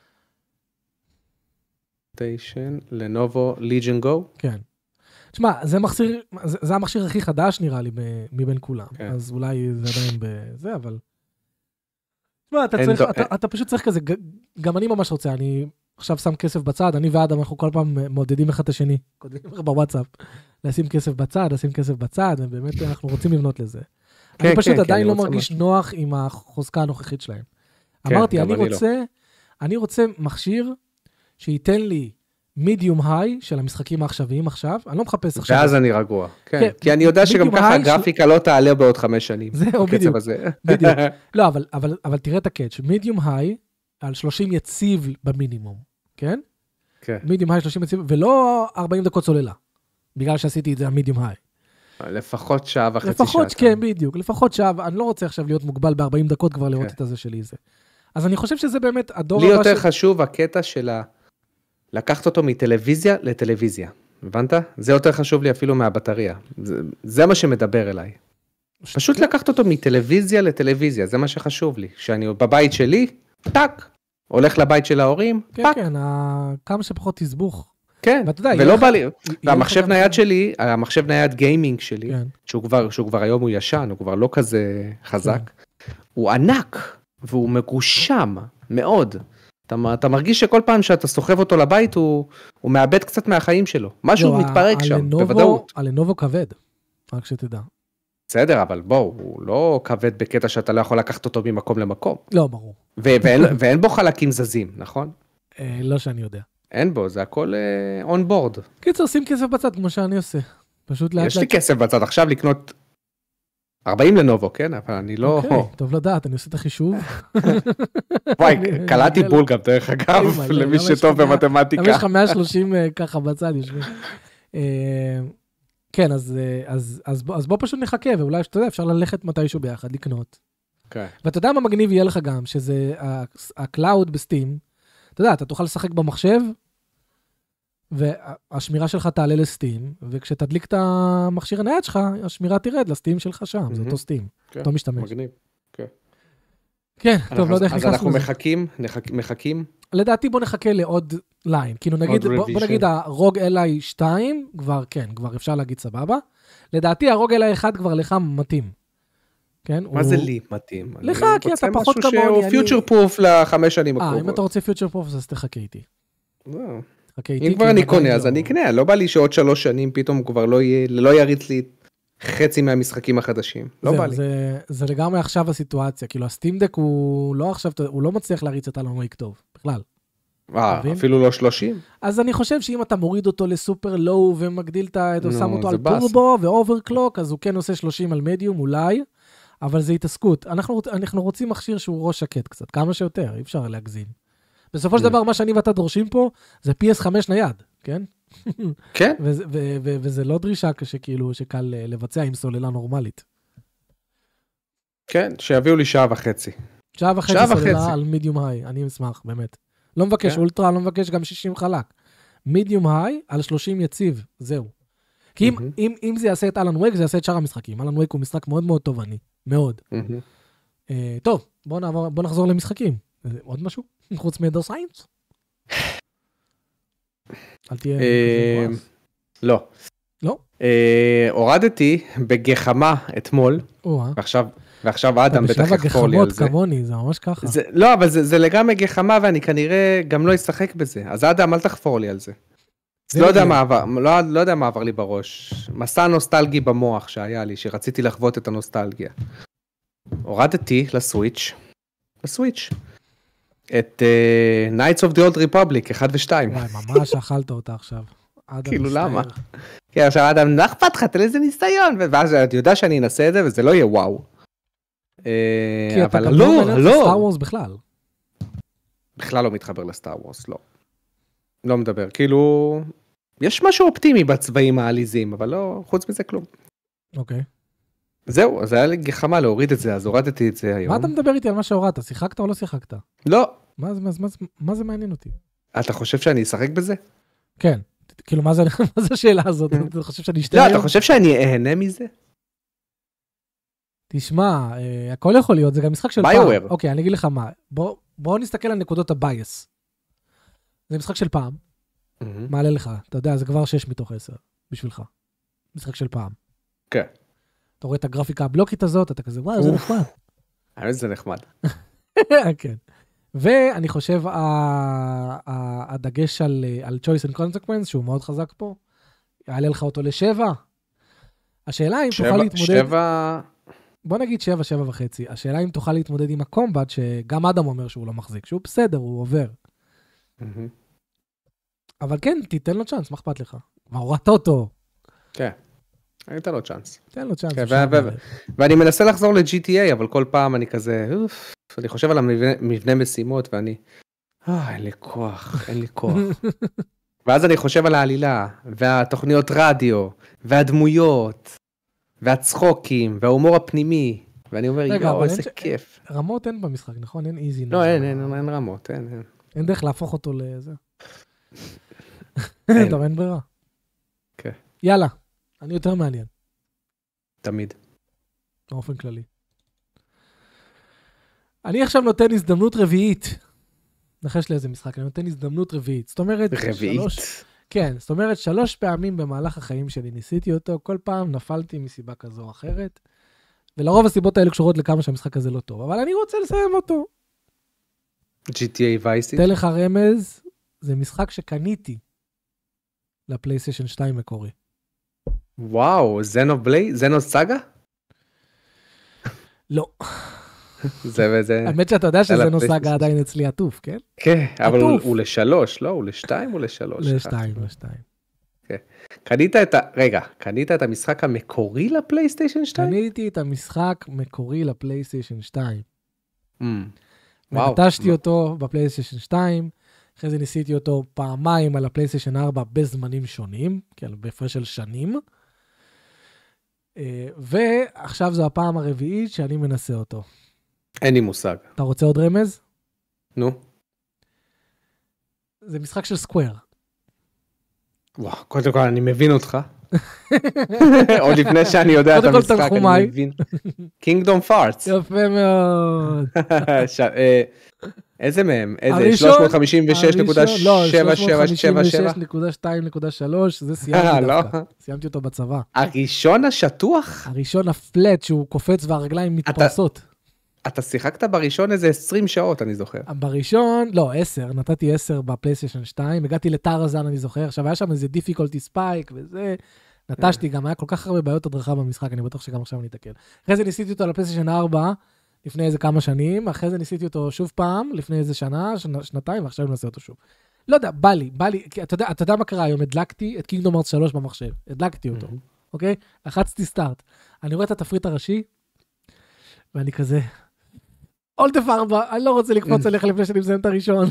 סטיישן, Lenovo Legion Go? כן. תשמע, זה מכשיר, זה המכשיר הכי חדש נראה לי מבין כולם. אז אולי זה עדיין בזה, אבל... אתה, צריך, אתה, אתה פשוט צריך כזה, גם אני ממש רוצה, אני עכשיו שם כסף בצד, אני ואדם, אנחנו כל פעם מעודדים אחד את השני, כותבים בוואטסאפ, לשים כסף בצד, לשים כסף בצד, ובאמת אנחנו רוצים לבנות לזה. כן, אני פשוט כן, עדיין כן, לא מרגיש מה... נוח עם החוזקה הנוכחית שלהם. כן, אמרתי, אני רוצה, אני, לא. אני רוצה מכשיר שייתן לי מידיום היי של המשחקים העכשוויים עכשיו, אני לא מחפש עכשיו. ואז אני רגוע, כן, כן כי אני יודע שגם ככה הגרפיקה לא תעלה בעוד חמש שנים. זהו, בדיוק, בדיוק. לא, אבל, אבל, אבל תראה את הקאץ', מידיום היי על שלושים יציב במינימום, כן? כן. מידיום היי שלושים יציב, ולא ארבעים דקות סוללה, בגלל שעשיתי את זה המידיום היי. לפחות שעה וחצי שעה. לפחות, כן, בדיוק, לפחות שעה, אני לא רוצה עכשיו להיות מוגבל ב-ארבעים דקות כבר לראות את הזה שלי זה. אז אני חושב שזה באמת הדור לי יותר חשוב הקטע של ה... לקחת אותו מטלוויזיה לטלוויזיה, הבנת? זה יותר חשוב לי אפילו מהבטריה, זה, זה מה שמדבר אליי. פשוט לקחת אותו מטלוויזיה לטלוויזיה, זה מה שחשוב לי. כשאני בבית שלי, טק, הולך לבית של ההורים, כן, פק. כן, כמה שפחות תסבוך. כן, ולא בא לי, והמחשב נייד שלי, המחשב נייד גיימינג שלי, שהוא כבר, שהוא כבר היום הוא ישן, הוא כבר לא כזה חזק, הוא ענק, והוא מגושם מאוד. אתה, אתה מרגיש שכל פעם שאתה סוחב אותו לבית, הוא, הוא מאבד קצת מהחיים שלו. משהו מתפרק שם, בוודאות. הלנובו כבד, רק שתדע. בסדר, אבל בואו, הוא לא כבד בקטע שאתה לא יכול לקחת אותו ממקום למקום. לא, ברור. ואין, ואין בו חלקים זזים, נכון? לא שאני יודע. אין בו, זה הכל און בורד. קיצור, שים כסף בצד, כמו שאני עושה. פשוט לאט לאט. יש לי כסף בצד, עכשיו לקנות ארבעים לנובו, כן? אבל אני לא... אוקיי, טוב לדעת, אני עושה את החישוב. וואי, קלעתי בול גם, דרך אגב, למי שטוב במתמטיקה. יש לך מאה ושלושים ככה בצד, יושבים. כן, אז, אז, אז, אז בוא פשוט נחכה, ואולי, אתה יודע, אפשר ללכת מתישהו ביחד, לקנות. כן. ואתה יודע מה מגניב יהיה לך גם, שזה הקלאוד בסטים, אתה יודע, אתה תוכל לשחק במחשב, והשמירה שלך תעלה לסטים, וכשתדליק את המכשיר הנייד שלך, השמירה תרד לסטים שלך שם, זה אותו סטים, אותו משתמש. מגניב, כן. כן, טוב, לא יודע איך אז אנחנו מחכים, מחכים. לדעתי בוא נחכה לעוד ליין, כאילו נגיד, בוא נגיד הרוג אליי שתיים, כבר כן, כבר אפשר להגיד סבבה. לדעתי הרוג אליי אחד כבר לך מתאים. כן? מה זה לי מתאים? לך, כי אתה פחות כמוני. אני רוצה משהו שהוא פיוטר פרוף לחמש שנים הקרובות. אה, אם אתה רוצה פיוטר פרוף, אז תחכה איתי. אם כבר אני קונה, אז אני אקנה, לא בא לי שעוד שלוש שנים פתאום כבר לא יריץ לי חצי מהמשחקים החדשים, לא בא לי. זה לגמרי עכשיו הסיטואציה, כאילו הסטימדק הוא לא עכשיו, הוא לא מצליח להריץ את אלן וייק טוב, בכלל. אה, אפילו לא שלושים? אז אני חושב שאם אתה מוריד אותו לסופר לואו ומגדיל את זה, שם אותו על טורבו ואוברקלוק, אז הוא כן עושה שלושים על מדיום אולי, אבל זה התעסקות. אנחנו רוצים מכשיר שהוא ראש שקט קצת, כמה שיותר, אי אפשר להגזים. בסופו של דבר, מה שאני ואתה דורשים פה, זה פי אס חמש נייד, כן? כן. וזה לא דרישה שכאילו, שקל לבצע עם סוללה נורמלית. כן, שיביאו לי שעה וחצי. שעה וחצי סוללה על מידיום היי, אני אשמח, באמת. לא מבקש אולטרה, לא מבקש גם שישים חלק. מידיום היי על שלושים יציב, זהו. כי אם זה יעשה את אלן וייק, זה יעשה את שאר המשחקים. אלן וייק הוא משחק מאוד מאוד טובני, מאוד. טוב, בוא נחזור למשחקים. עוד משהו? חוץ מהדר סיינס? אל תהיה... לא. לא? הורדתי בגחמה אתמול, ועכשיו... ועכשיו אדם בטח יחפור לי על זה. בשלב הגחמות כמוני, זה ממש ככה. זה, לא, אבל זה, זה לגמרי גחמה, ואני כנראה גם לא אשחק בזה. אז אדם, אל תחפור לי על זה. זה לא, יודע מה עבר, לא, לא יודע מה עבר לי בראש. מסע נוסטלגי במוח שהיה לי, שרציתי לחוות את הנוסטלגיה. הורדתי לסוויץ', לסוויץ', את uh, Knights of the Old Republic, אחד ושתיים. וואי, ממש אכלת אותה עכשיו. כאילו למה? כי עכשיו אדם, לא אכפת לך, תן איזה ניסיון, ואז אתה יודע שאני אנסה את זה, וזה לא יהיה וואו. כי אתה גם לא מנהל את סטאר וורס בכלל. בכלל לא מתחבר לסטאר וורס, לא. לא מדבר, כאילו, יש משהו אופטימי בצבעים העליזים, אבל לא, חוץ מזה כלום. אוקיי. זהו, אז היה לי גחמה להוריד את זה, אז הורדתי את זה היום. מה אתה מדבר איתי על מה שהורדת? שיחקת או לא שיחקת? לא. מה, מה, מה, מה זה מעניין אותי? אתה חושב שאני אשחק בזה? כן. כאילו, מה זה, מה זה השאלה הזאת? אתה חושב שאני אשתה לא, אתה חושב שאני אהנה מזה? תשמע, הכל יכול להיות, זה גם משחק של פעם. אוקיי, אני אגיד לך מה. בוא, בוא נסתכל על נקודות הבייס. זה משחק של פעם. מעלה לך, אתה יודע, זה כבר שש מתוך עשר, בשבילך. משחק של פעם. כן. אתה רואה את הגרפיקה הבלוקית הזאת, אתה כזה, וואו, זה נחמד. האמת זה נחמד. כן. ואני חושב, הדגש על choice and consequence, שהוא מאוד חזק פה, יעלה לך אותו לשבע. השאלה אם תוכל להתמודד... שבע... בוא נגיד שבע, שבע וחצי. השאלה אם תוכל להתמודד עם הקומבט, שגם אדם אומר שהוא לא מחזיק, שהוא בסדר, הוא עובר. אבל כן, תיתן לו צ'אנס, מה אכפת לך? מה, הורדת אותו? כן, אני אתן לו צ'אנס. תן לו צ'אנס. ואני מנסה לחזור ל-ג'י טי איי, אבל כל פעם אני כזה, אוף, אני חושב על המבנה משימות, ואני, אה, אין לי כוח, אין לי כוח. ואז אני חושב על העלילה, והתוכניות רדיו, והדמויות, והצחוקים, וההומור הפנימי, ואני אומר, יואו, איזה כיף. רמות אין במשחק, נכון? אין איזי. לא, אין, אין, אין רמות, אין, אין. אין דרך להפוך אותו לזה. טוב, אין ברירה. כן. יאללה, אני יותר מעניין. תמיד. באופן כללי. אני עכשיו נותן הזדמנות רביעית. נחש לי איזה משחק, אני נותן הזדמנות רביעית. זאת אומרת... רביעית? כן, זאת אומרת, שלוש פעמים במהלך החיים שלי ניסיתי אותו, כל פעם נפלתי מסיבה כזו או אחרת, ולרוב הסיבות האלה קשורות לכמה שהמשחק הזה לא טוב, אבל אני רוצה לסיים אותו. ג'י טי איי Vice City? תן לך רמז, זה משחק שקניתי לפלייסטיישן שתיים מקורי. וואו, זנו בלי? זנו סאגה? לא. זה וזה... האמת שאתה יודע שזנו סאגה עדיין אצלי עטוף, כן? כן, אבל הוא לשלוש, לא? הוא לשתיים או לשלוש? לשתיים, לשתיים. קנית את ה... רגע, קנית את המשחק המקורי לפלייסטיישן שתיים? קניתי את המשחק מקורי לפלייסטיישן שתיים. ונטשתי אותו בפלייסטיישן שתיים, אחרי זה ניסיתי אותו פעמיים על הפלייסטיישן ארבע בזמנים שונים, כן, בהפרש של שנים, ועכשיו זו הפעם הרביעית שאני מנסה אותו. אין לי מושג. אתה רוצה עוד רמז? נו. זה משחק של סקוואר. וואו, קודם כל אני מבין אותך. עוד לפני שאני יודע את המשחק, אני מבין. קינגדום פארטס. יפה מאוד. איזה מהם? איזה? שלוש מאות חמישים ושש נקודה שבע שבע שבע שבע? נקודה שתיים נקודה שלוש, זה סיימתי דווקא. סיימתי אותו בצבא. הראשון השטוח? הראשון הפלט שהוא קופץ והרגליים מתפרסות. אתה שיחקת בראשון איזה עשרים שעות, אני זוכר. בראשון, לא, עשר, נתתי עשר בפלייסטיישן שתיים, הגעתי לטרזן, אני זוכר, עכשיו היה שם איזה דיפיקולטי ספייק וזה, נטשתי גם, היה כל כך הרבה בעיות הדרכה במשחק, אני בטוח שגם עכשיו אני אתקל. אחרי זה ניסיתי אותו לפלייסטיישן ארבע, לפני איזה כמה שנים, אחרי זה ניסיתי אותו שוב פעם, לפני איזה שנה, שנתיים, ועכשיו אני מנסה אותו שוב. לא יודע, בא לי, בא לי, אתה יודע, אתה יודע מה קרה היום, הדלקתי את קינגדום הארץ שלוש במחשב, הדלקתי אותו, אוקיי? לחצתי סטארט. אני רואה את התפריט הראשי, ואני כזה, אולטף ארבע, אני לא רוצה לקפוץ עליך לפני שאני מסיים את הראשון.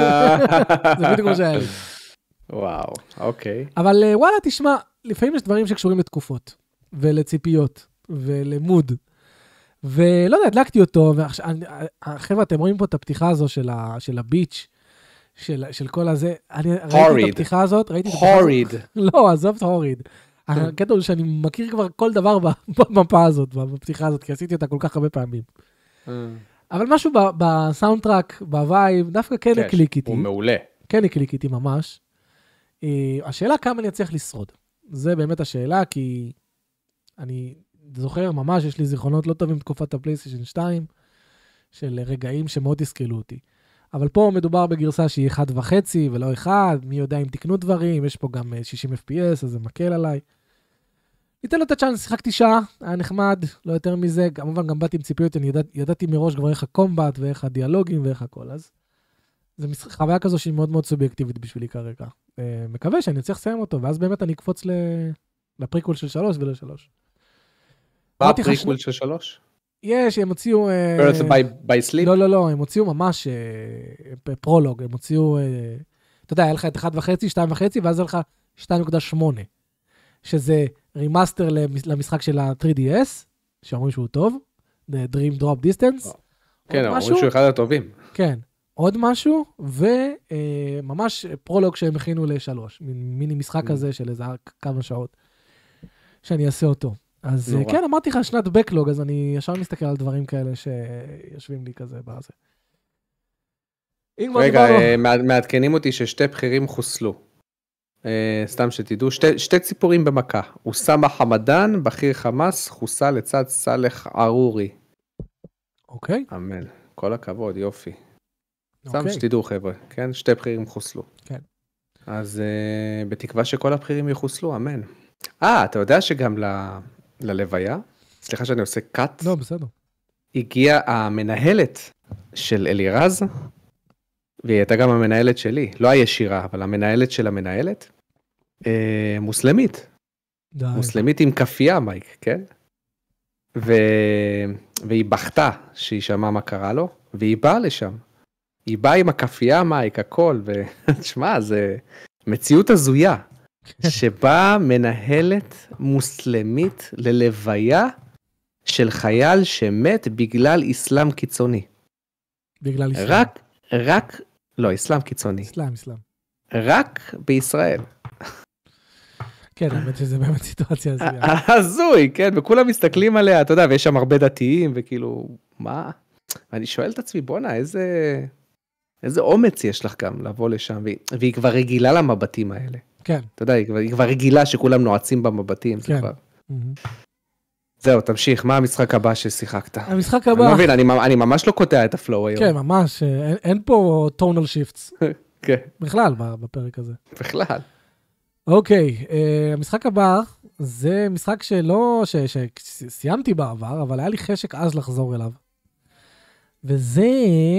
זה בדיוק כמו שהיה לי. וואו, אוקיי. אבל וואלה, תשמע, לפעמים יש דברים שקשורים לתקופות, ולציפיות, ולמוד. ולא יודע, הדלקתי אותו, חבר'ה, אתם רואים פה את הפתיחה הזו של הביץ', של כל הזה. אני ראיתי את הפתיחה הזאת, ראיתי את הפתיחה הזאת. לא, עזוב את הוריד. הקטע הוא שאני מכיר כבר כל דבר במפה הזאת, בפתיחה הזאת, כי עשיתי אותה כל כך הרבה פעמים. אבל משהו בסאונדטרק, בווייב, דווקא כן הקליק איתי. הוא מעולה. כן הקליק איתי ממש. השאלה כמה אני אצליח לשרוד. זה באמת השאלה, כי אני זוכר ממש, יש לי זיכרונות לא טובים בתקופת הפלייסטיישן שתיים, של רגעים שמאוד הסכלו אותי. אבל פה מדובר בגרסה שהיא אחד וחצי ולא אחד, מי יודע אם תקנו דברים, יש פה גם שישים אף פי אס, אז זה מקל עליי. ניתן לו את הצ'אנס, שיחקתי שעה, היה נחמד, לא יותר מזה, כמובן גם באתי עם ציפיות, אני ידע, ידעתי מראש כבר איך הקומבט ואיך הדיאלוגים ואיך הכל, אז זו חוויה כזו שהיא מאוד מאוד סובייקטיבית בשבילי כרגע. מקווה שאני צריך לסיים אותו, ואז באמת אני אקפוץ לפריקול של שלוש ולא שלוש. מה הפריקול של שלוש? יש, הם הוציאו... Birth by Sleep? לא, לא, לא, הם הוציאו ממש פרולוג, הם הוציאו, אתה יודע, היה לך את אחד וחצי, שתיים וחצי, ואז היה לך שתיים נקודה שמונה, שזה רימאסטר למשחק של ה-תרי די אס, שאומרים שהוא טוב, The Dream Drop Distance. כן, אומרים שהוא אחד הטובים. כן, עוד משהו, וממש פרולוג שהם הכינו לשלוש, מיני משחק כזה של איזה כמה שעות, שאני אעשה אותו. אז כן, אמרתי לך שנת בקלוג, אז אני ישר מסתכל על דברים כאלה שיושבים לי כזה בזה. רגע, מעדכנים אותי ששתי בכירים חוסלו. סתם שתדעו, שתי ציפורים במכה. אוסמה חמדן, בכיר חמאס, חוסל לצד סלח ארורי. אוקיי. אמן. כל הכבוד, יופי. סתם שתדעו חבר'ה, כן? שתי בכירים חוסלו. כן. אז בתקווה שכל הבכירים יחוסלו, אמן. אה, אתה יודע שגם ל... ללוויה, סליחה שאני עושה קאט. לא, בסדר. הגיעה המנהלת של אלירז, והיא הייתה גם המנהלת שלי, לא הישירה, אבל המנהלת של המנהלת, אה, מוסלמית. די. מוסלמית עם כפייה, מייק, כן? ו... והיא בכתה שהיא שמעה מה קרה לו, והיא באה לשם. היא באה עם הכפייה, מייק, הכל, ותשמע, זה מציאות הזויה. שבה מנהלת מוסלמית ללוויה של חייל שמת בגלל איסלאם קיצוני. בגלל איסלאם. רק, רק, לא, איסלאם קיצוני. איסלאם, איסלאם. רק בישראל. כן, האמת שזה באמת סיטואציה הזויה. הזוי, כן, וכולם מסתכלים עליה, אתה יודע, ויש שם הרבה דתיים, וכאילו, מה? ואני שואל את עצמי, בונה, איזה, איזה אומץ יש לך גם לבוא לשם, והיא כבר רגילה למבטים האלה. כן. אתה יודע, היא כבר רגילה שכולם נועצים במבטים. כן. זהו, תמשיך, מה המשחק הבא ששיחקת? המשחק הבא... אני מבין, אני ממש לא קוטע את הפלואו היום. כן, ממש, אין פה טונל שיפטס. כן. בכלל, בפרק הזה. בכלל. אוקיי, המשחק הבא, זה משחק שלא, שסיימתי בעבר, אבל היה לי חשק אז לחזור אליו. וזה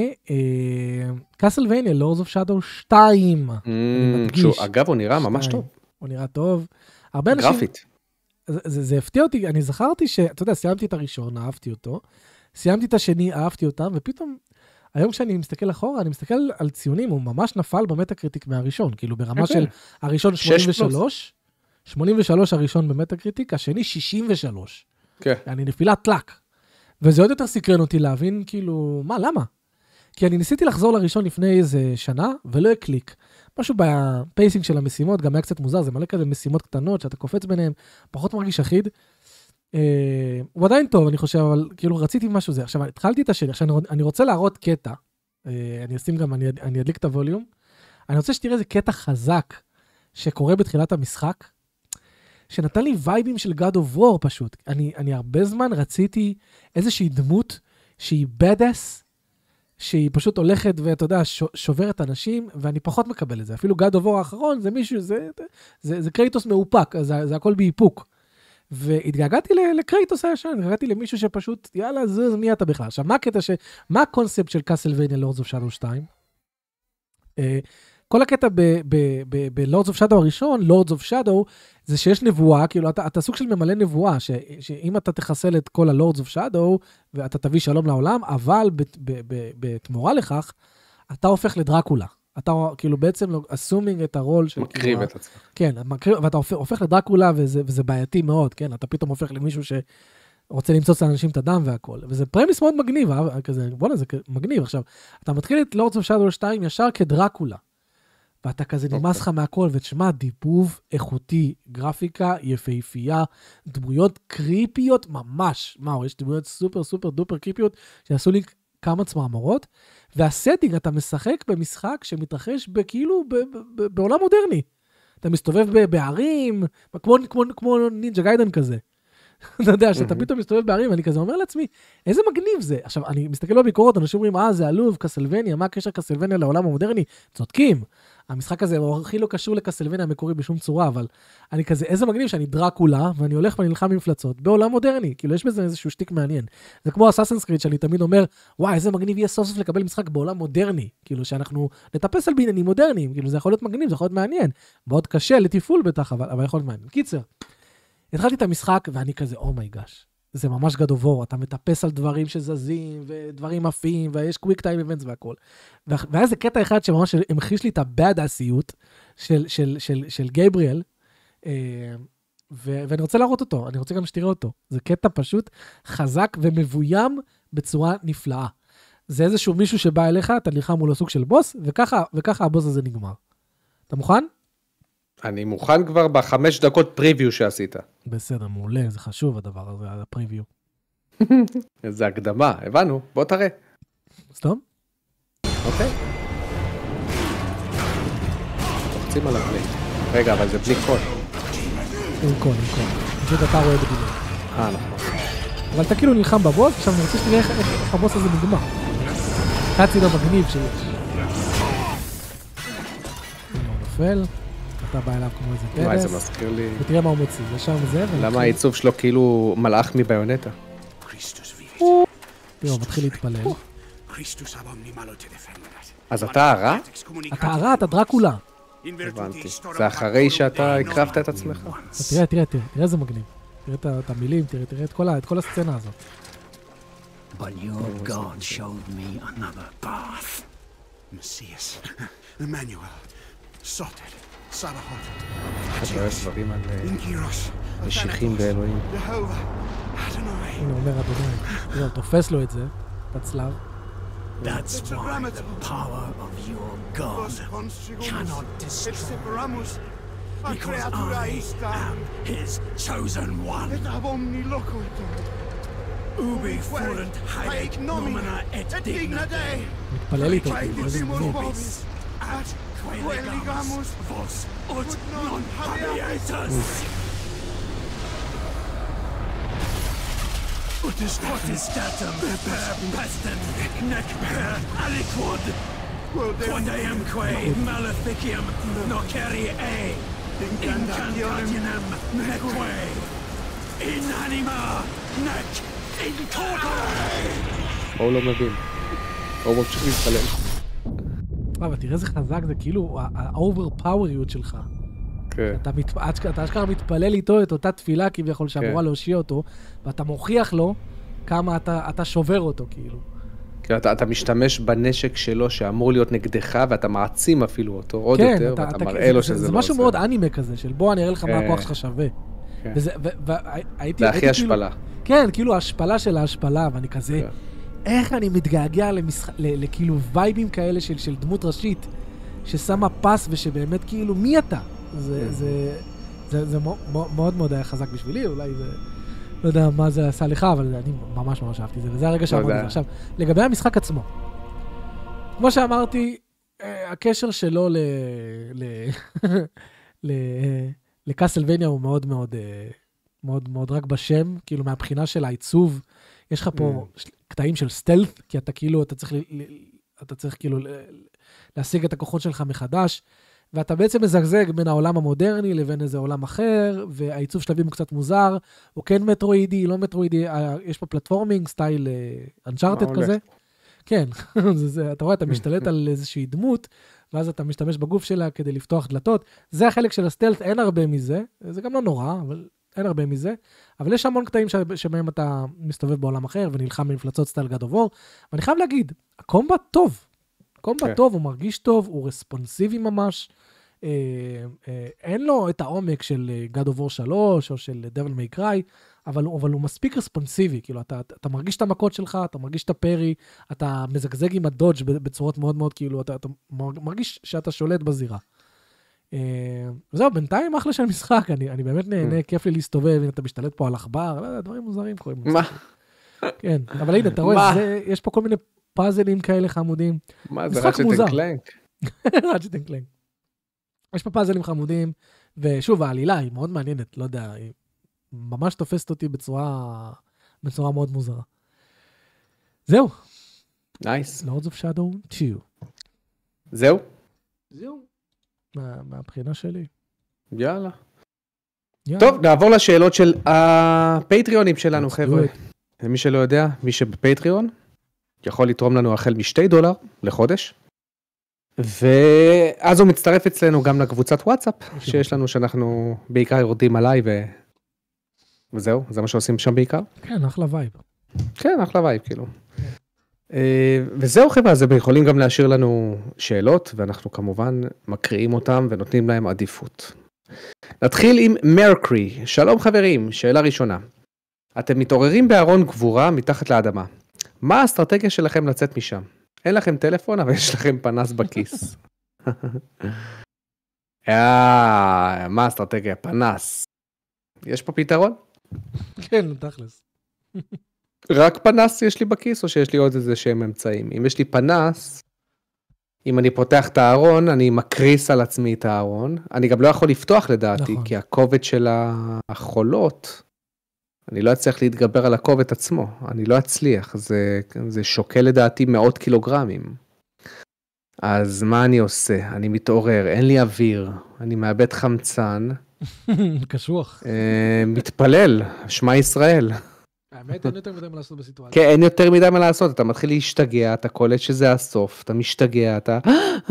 קאסלווניה, Lords of Shadow שתיים. אגב, הוא נראה ממש טוב. הוא נראה טוב. גרפית. זה הפתיע אותי, אני זכרתי שאתה יודע, סיימתי את הראשון, אהבתי אותו, סיימתי את השני, אהבתי אותם, ופתאום, היום כשאני מסתכל אחורה, אני מסתכל על ציונים, הוא ממש נפל במטה קריטיק מהראשון, כאילו ברמה של הראשון שמונים ושלוש, שמונים ושלוש הראשון במטה-קריטיק, השני שישים ושלוש. כן. אני נפילת טלק. וזה עוד יותר סקרן אותי להבין, כאילו, מה, למה? כי אני ניסיתי לחזור לראשון לפני איזה שנה, ולא הקליק. משהו בפייסינג של המשימות, גם היה קצת מוזר, זה מלא כזה משימות קטנות, שאתה קופץ ביניהם, פחות מרגיש אחיד. אה, הוא עדיין טוב, אני חושב, אבל כאילו רציתי משהו זה. עכשיו, התחלתי את השני, עכשיו אני רוצה להראות קטע, אה, אני אשים גם, אני, אני אדליק את הווליום, אני רוצה שתראה איזה קטע חזק, שקורה בתחילת המשחק, שנתן לי וייבים של God of War פשוט. אני, אני הרבה זמן רציתי איזושהי דמות שהיא badass, שהיא פשוט הולכת ואתה יודע, שוברת אנשים, ואני פחות מקבל את זה. אפילו God of War האחרון, זה מישהו, זה, זה, זה קרייטוס מאופק, זה, זה הכל באיפוק. והתגעגעתי לקרייטוס הישן, התגעגעתי למישהו שפשוט, יאללה, זוז, מי אתה בכלל? עכשיו, מה הקטע ש... מה הקונספט של קאסלווניה לורדס אוף שדו שתיים? כל הקטע ב-Lords of Shadow הראשון, Lords of Shadow, זה שיש נבואה, כאילו, אתה, אתה סוג של ממלא נבואה, ש, שאם אתה תחסל את כל ה-Lords of Shadow, ואתה תביא שלום לעולם, אבל בתמורה לכך, אתה הופך לדרקולה. אתה כאילו בעצם assuming את הרול של... מקריב את עצמך. כן, ואתה הופך לדרקולה, וזה, וזה בעייתי מאוד, כן? אתה פתאום הופך למישהו שרוצה למצוץ לאנשים את הדם והכל. וזה פרמיס מאוד מגניב, כזה, בוא'נה, זה מגניב. עכשיו, אתה מתחיל את Lords of Shadow שתיים ישר כדרקולה. ואתה כזה נמאס לך מהכל, ותשמע, דיבוב איכותי, גרפיקה יפהפייה, דמויות קריפיות ממש, מה, יש דמויות סופר סופר דופר קריפיות, שעשו לי כמה צמרמורות, והסטינג, אתה משחק במשחק שמתרחש כאילו בעולם מודרני. אתה מסתובב בערים, כמו, כמו, כמו נינג'ה גיידן כזה. אתה יודע, שאתה פתאום מסתובב בערים, ואני כזה אומר לעצמי, איזה מגניב זה? עכשיו, אני מסתכל בביקורות, אנשים אומרים, אה, זה עלוב, קאסלווניה, מה הקשר קאסלווניה לעולם המודרני? צודקים. המשחק הזה הוא הכי לא קשור לקאסלווניה המקורי בשום צורה, אבל אני כזה, איזה מגניב שאני דרקולה, ואני הולך ואני נלחם במפלצות, בעולם מודרני, כאילו יש בזה איזשהו שטיק מעניין. זה כמו אסאסינס קריד, שאני תמיד אומר, וואי, איזה מגניב יהיה סוף סוף לקבל משחק בעולם מודרני, כאילו שאנחנו נטפס על בעניינים מודרניים, כאילו זה יכול להיות מגניב, זה יכול להיות מעניין. מאוד קשה לתפעול בטח, אבל, אבל יכול להיות מעניין. קיצר, התחלתי את המשחק ואני כזה, אומייגש, זה ממש God of War, אתה מטפס על דברים שזזים, ודברים עפים, ויש קוויק טיים איבנטס והכל. והיה איזה קטע אחד שממש המחיש לי את הבאדאסיות של, של, של, של גייבריאל, ואני רוצה להראות אותו, אני רוצה גם שתראה אותו. זה קטע פשוט חזק ומבוים בצורה נפלאה. זה איזשהו מישהו שבא אליך, אתה נלחם מול הסוג של בוס, וככה, וככה הבוס הזה נגמר. אתה מוכן? אני מוכן כבר בחמש דקות פריוויו שעשית. בסדר, מעולה, זה חשוב הדבר הזה, הפריוויו. זה הקדמה, הבנו, בוא תראה. סתום? אוקיי. תוחצים עליו בלי. רגע, אבל זה בלי קול. עם קול, עם קול. פשוט אתה רואה בדיוק. אה, נכון. אבל אתה כאילו נלחם בבוס, עכשיו אני רוצה שתראה איך הבוס הזה נגמר. חצי לא מגניב שיש. הוא נופל. אתה בא אליו כמו איזה פרס. וואי, זה מזכיר לי... ותראה מה הוא מוציא, זה שם זה. למה העיצוב שלו כאילו מלאך מביונטה? תראו, הוא מתחיל להתפלל. אז אתה הרע? אתה הרע, אתה דרקולה. הבנתי. זה אחרי שאתה הקרבת את עצמך? תראה, תראה, תראה, תראה איזה מגניב. תראה את המילים, תראה, תראה את כל הסצנה הזאת. But your God showed me another path. Messias, Emmanuel, Sotet. אתה רואה דברים על משיחים ואלוהים. הנה אומר אדוני, הוא תופס לו את זה, את הצלב. That's why the power of your God cannot destroy. Because I am his chosen one. Ubi fuerunt haec nomina et digna Dei. מתפלל איתו, איזה מגניב. Queligamus vos ut non habietus. Ut statum per pestem nec per aliquod. Quodamque maleficium nocere incantationem neque in anima nec in corpore. הוא לא מבין. הוא ממשיך להתפלל. אבל תראה איזה חזק, זה כאילו האוברפאוריות שלך. כן. אתה אשכרה מתפלל איתו את אותה תפילה כביכול שאמורה להושיע אותו, ואתה מוכיח לו כמה אתה שובר אותו, כאילו. אתה, אתה משתמש בנשק שלו שאמור להיות נגדך, ואתה מעצים אפילו אותו עוד כן, יותר, אתה, ואתה אתה, מראה זה, לו שזה זה, זה לא משהו עושה. מאוד אנימה כזה, של בוא אני אראה לך מה הכוח שלך שווה. כן. וזה, ו, ו, הייתי, זה הכי הייתי השפלה. כאילו, כן, כאילו ההשפלה של ההשפלה, ואני כזה, כן. איך אני מתגעגע למשח... ל, לכאילו וייבים כאלה של, של דמות ראשית, ששמה פס ושבאמת כאילו, מי אתה? זה, זה, זה, זה מאוד, מאוד מאוד היה חזק בשבילי, אולי זה... לא יודע מה זה עשה לך, אבל אני ממש ממש אהבתי זה, וזה הרגע שאמרתי זה. עכשיו, לגבי המשחק עצמו, כמו שאמרתי, הקשר שלו ל... ל... ל... לקאסלווניה הוא מאוד מאוד, מאוד מאוד רק בשם, כאילו מהבחינה של העיצוב, יש לך פה קטעים של סטלת, כי אתה כאילו, אתה צריך, אתה צריך כאילו להשיג את הכוחות שלך מחדש, ואתה בעצם מזגזג בין העולם המודרני לבין איזה עולם אחר, והעיצוב שלבים הוא קצת מוזר, הוא כן מטרואידי, לא מטרואידי, יש פה פלטפורמינג, סטייל אנצ'ארטד כזה. כן, זה, זה, אתה רואה, אתה משתלט על איזושהי דמות, ואז אתה משתמש בגוף שלה כדי לפתוח דלתות. זה החלק של הסטלט, אין הרבה מזה, זה גם לא נורא, אבל אין הרבה מזה, אבל יש המון קטעים שבהם אתה מסתובב בעולם אחר, ונלחם במפלצות סטייל God of War, ואני חייב להגיד, הקומבט טוב, קומבט טוב, הוא מרגיש טוב, הוא רספונסיבי ממש, אה, אה, אין לו את העומק של God of War שלוש, או של Devil May Cry, אבל, אבל הוא מספיק רספונסיבי, כאילו, אתה, אתה מרגיש את המכות שלך, אתה מרגיש את הפרי, אתה מזגזג עם הדודג' בצורות מאוד מאוד, כאילו, אתה, אתה מרגיש שאתה שולט בזירה. אה, וזהו, בינתיים אחלה של משחק, אני, אני באמת נהנה, כיף לי להסתובב, אם אתה משתלט פה על עכבר, לא יודע, דברים מוזרים קוראים. מה? כן, אבל הנה, אתה רואה, זה, יש פה כל מיני פאזלים כאלה חמודים. מה זה, ראצ'ט אנד קלנק? ראצ'ט אנד קלנק. יש פה פאזלים חמודים, ושוב, העלילה היא מאוד מעניינת, לא יודע, היא ממש תופסת אותי בצורה, בצורה מאוד מוזרה. זהו. נייס. Lords of Shadow שתיים. זהו? זהו. מה, מהבחינה שלי. יאללה. יאללה. טוב, נעבור לשאלות של הפטריונים שלנו, חבר'ה. למי שלא יודע, מי שבפטריון, יכול לתרום לנו החל משתי דולר לחודש, ואז הוא מצטרף אצלנו גם לקבוצת וואטסאפ, שיש לנו שאנחנו בעיקר יורדים עליי, ו... וזהו, זה מה שעושים שם בעיקר. כן, אחלה וייב. כן, אחלה וייב, כאילו. וזהו חבר'ה, אז הם יכולים גם להשאיר לנו שאלות, ואנחנו כמובן מקריאים אותם ונותנים להם עדיפות. נתחיל עם מרקרי. שלום חברים, שאלה ראשונה. אתם מתעוררים בארון גבורה מתחת לאדמה. מה האסטרטגיה שלכם לצאת משם? אין לכם טלפון, אבל יש לכם פנס בכיס. אה, מה האסטרטגיה? פנס. יש פה פתרון? כן, תכלס. רק פנס יש לי בכיס, או שיש לי עוד איזה שהם אמצעים? אם יש לי פנס, אם אני פותח את הארון, אני מקריס על עצמי את הארון. אני גם לא יכול לפתוח לדעתי, נכון. כי הכובד של החולות, אני לא אצליח להתגבר על הכובד עצמו. אני לא אצליח. זה, זה שוקל לדעתי מאות קילוגרמים. אז מה אני עושה? אני מתעורר, אין לי אוויר, אני מאבד חמצן. קשוח. מתפלל, שמע ישראל. האמת, אין יותר מדי מה לעשות בסיטואציה. כן, אין יותר מדי מה לעשות, אתה מתחיל להשתגע, אתה קולט שזה הסוף, אתה משתגע, אתה...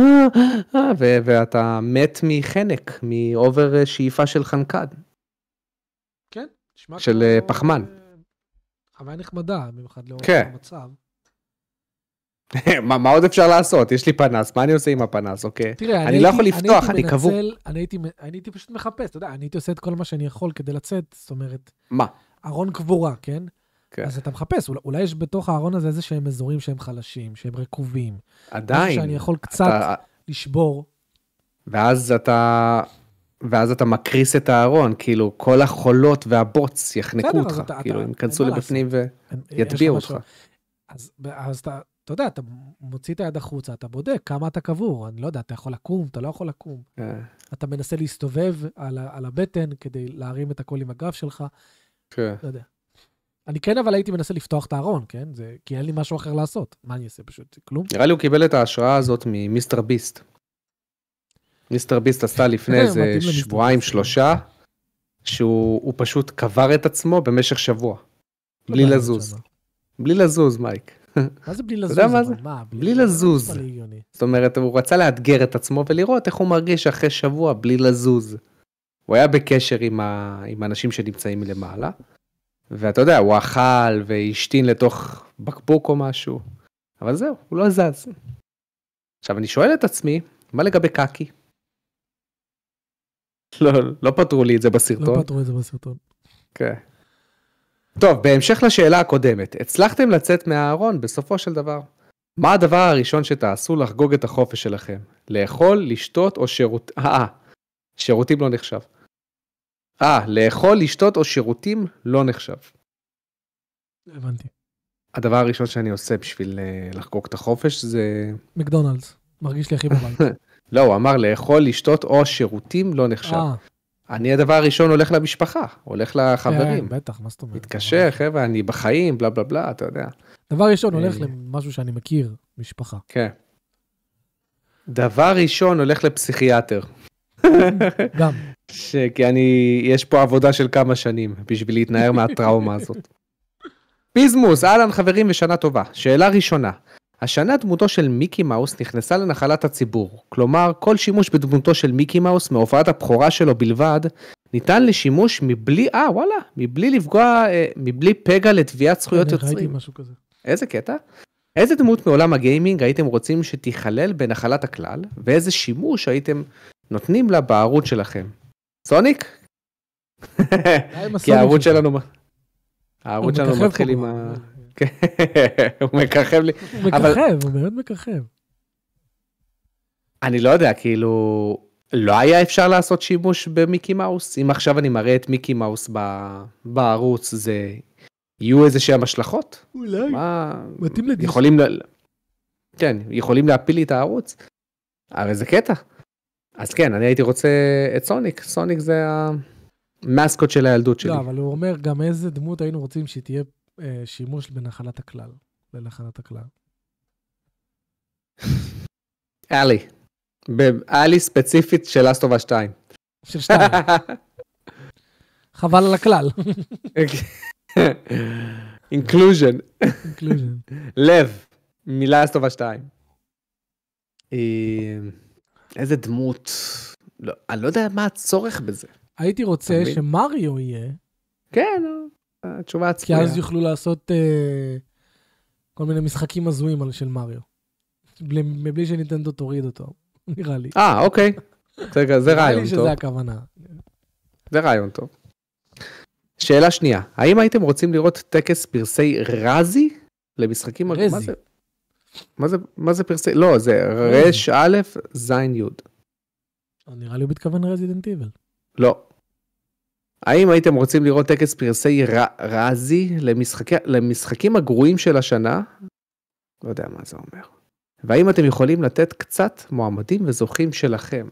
ואתה מת מחנק, מאובר שאיפה של חנקן. כן, של פחמן. חוויה נחמדה, במיוחד לאור המצב. מה עוד אפשר לעשות? יש לי פנס, מה אני עושה עם הפנס, אוקיי? תראה, אני לא יכול לפתוח, אני קבור. אני הייתי פשוט מחפש, אתה יודע, אני הייתי עושה את כל מה שאני יכול כדי לצאת, זאת אומרת... מה? ארון קבורה, כן? אז אתה מחפש, אולי יש בתוך הארון הזה איזה שהם אזורים שהם חלשים, שהם רקובים. עדיין. שאני יכול קצת לשבור. ואז אתה... ואז אתה מקריס את הארון, כאילו כל החולות והבוץ יחנקו אותך, כאילו הם כנסו לבפנים ויטביעו אותך. אז אתה... אתה יודע, אתה מוציא את היד החוצה, אתה בודק כמה אתה קבור, אני לא יודע, אתה יכול לקום, אתה לא יכול לקום. אתה מנסה להסתובב על, על הבטן כדי להרים את הכל עם הגב שלך. כן. לא יודע. אני כן, אבל הייתי מנסה לפתוח את הארון, כן? זה, כי אין לי משהו אחר לעשות. מה אני אעשה פשוט? כלום? נראה לי הוא קיבל את ההשראה הזאת ממיסטר ביסט. מיסטר ביסט עשה לפני איזה שבועיים, שלושה, שהוא פשוט קבר את עצמו במשך שבוע. בלי לזוז. בלי לזוז, מייק. מה זה בלי לזוז? אתה יודע מה זה? בלי לזוז. זאת אומרת, הוא רצה לאתגר את עצמו ולראות איך הוא מרגיש אחרי שבוע בלי לזוז. הוא היה בקשר עם האנשים שנמצאים מלמעלה, ואתה יודע, הוא אכל והשתין לתוך בקבוק או משהו, אבל זהו, הוא לא זז. עכשיו, אני שואל את עצמי, מה לגבי קאקי? לא, לא פתרו לי את זה בסרטון. לא פתרו את זה בסרטון. כן. טוב, בהמשך לשאלה הקודמת, הצלחתם לצאת מהארון בסופו של דבר. מה הדבר הראשון שתעשו לחגוג את החופש שלכם? לאכול, לשתות או שירות... אה, שירותים לא נחשב. אה, לאכול, לשתות או שירותים לא נחשב. הבנתי. הדבר הראשון שאני עושה בשביל לחגוג את החופש זה... מקדונלדס, מרגיש לי הכי בבית. לא, הוא אמר לאכול, לשתות או שירותים לא נחשב. אני הדבר הראשון הולך למשפחה, הולך לחברים. כן, בטח, מה זאת אומרת? מתקשר, חבר'ה, אני בחיים, בלה בלה בלה, אתה יודע. דבר ראשון הולך למשהו שאני מכיר, משפחה. כן. דבר ראשון הולך לפסיכיאטר. גם. כי אני, יש פה עבודה של כמה שנים, בשביל להתנער מהטראומה הזאת. פיזמוס, אהלן חברים ושנה טובה. שאלה ראשונה. השנה דמותו של מיקי מאוס נכנסה לנחלת הציבור. כלומר, כל שימוש בדמותו של מיקי מאוס מהופעת הבכורה שלו בלבד, ניתן לשימוש מבלי, אה וואלה, מבלי לפגוע, מבלי פגע לתביעת זכויות יוצרים. ראיתי משהו כזה. איזה קטע? איזה דמות מעולם הגיימינג הייתם רוצים שתיכלל בנחלת הכלל, ואיזה שימוש הייתם נותנים לה בערוץ שלכם? סוניק? כי הערוץ שלנו... הערוץ שלנו מתחיל עם ה... הוא מככב לי. הוא מככב, הוא מאוד מככב. אני לא יודע, כאילו, לא היה אפשר לעשות שימוש במיקי מאוס? אם עכשיו אני מראה את מיקי מאוס בערוץ, זה... יהיו איזה שהם השלכות? אולי. מתאים לדיס. יכולים... כן, יכולים להפיל לי את הערוץ. אבל זה קטע. אז כן, אני הייתי רוצה את סוניק. סוניק זה המאסקוט של הילדות שלי. לא, אבל הוא אומר גם איזה דמות היינו רוצים שתהיה שימוש בנחלת הכלל. לנחלת הכלל. אלי. אלי ספציפית של אסטובה שתיים. של שתיים. חבל על הכלל. אינקלוז'ן. אינקלוז'ן. לב. מילה אסטובה שתיים. איזה דמות. לא, אני לא יודע מה הצורך בזה. הייתי רוצה שמריו יהיה. כן, התשובה כי אז יוכלו לעשות uh, כל מיני משחקים הזויים של מריו. מבלי שניטנדו תוריד אותו, נראה לי. אה, אוקיי. זה, זה רעיון טוב. נראה לי שזה הכוונה. זה רעיון טוב. שאלה שנייה, האם הייתם רוצים לראות טקס פרסי רזי למשחקים? רזי. מה זה? מה זה, מה זה פרסי? לא, זה רש א' זין י'. נראה לי הוא מתכוון רזידנט איבל. לא. האם הייתם רוצים לראות טקס פרסי ר, רזי למשחקי, למשחקים הגרועים של השנה? לא יודע מה זה אומר. והאם אתם יכולים לתת קצת מועמדים וזוכים שלכם?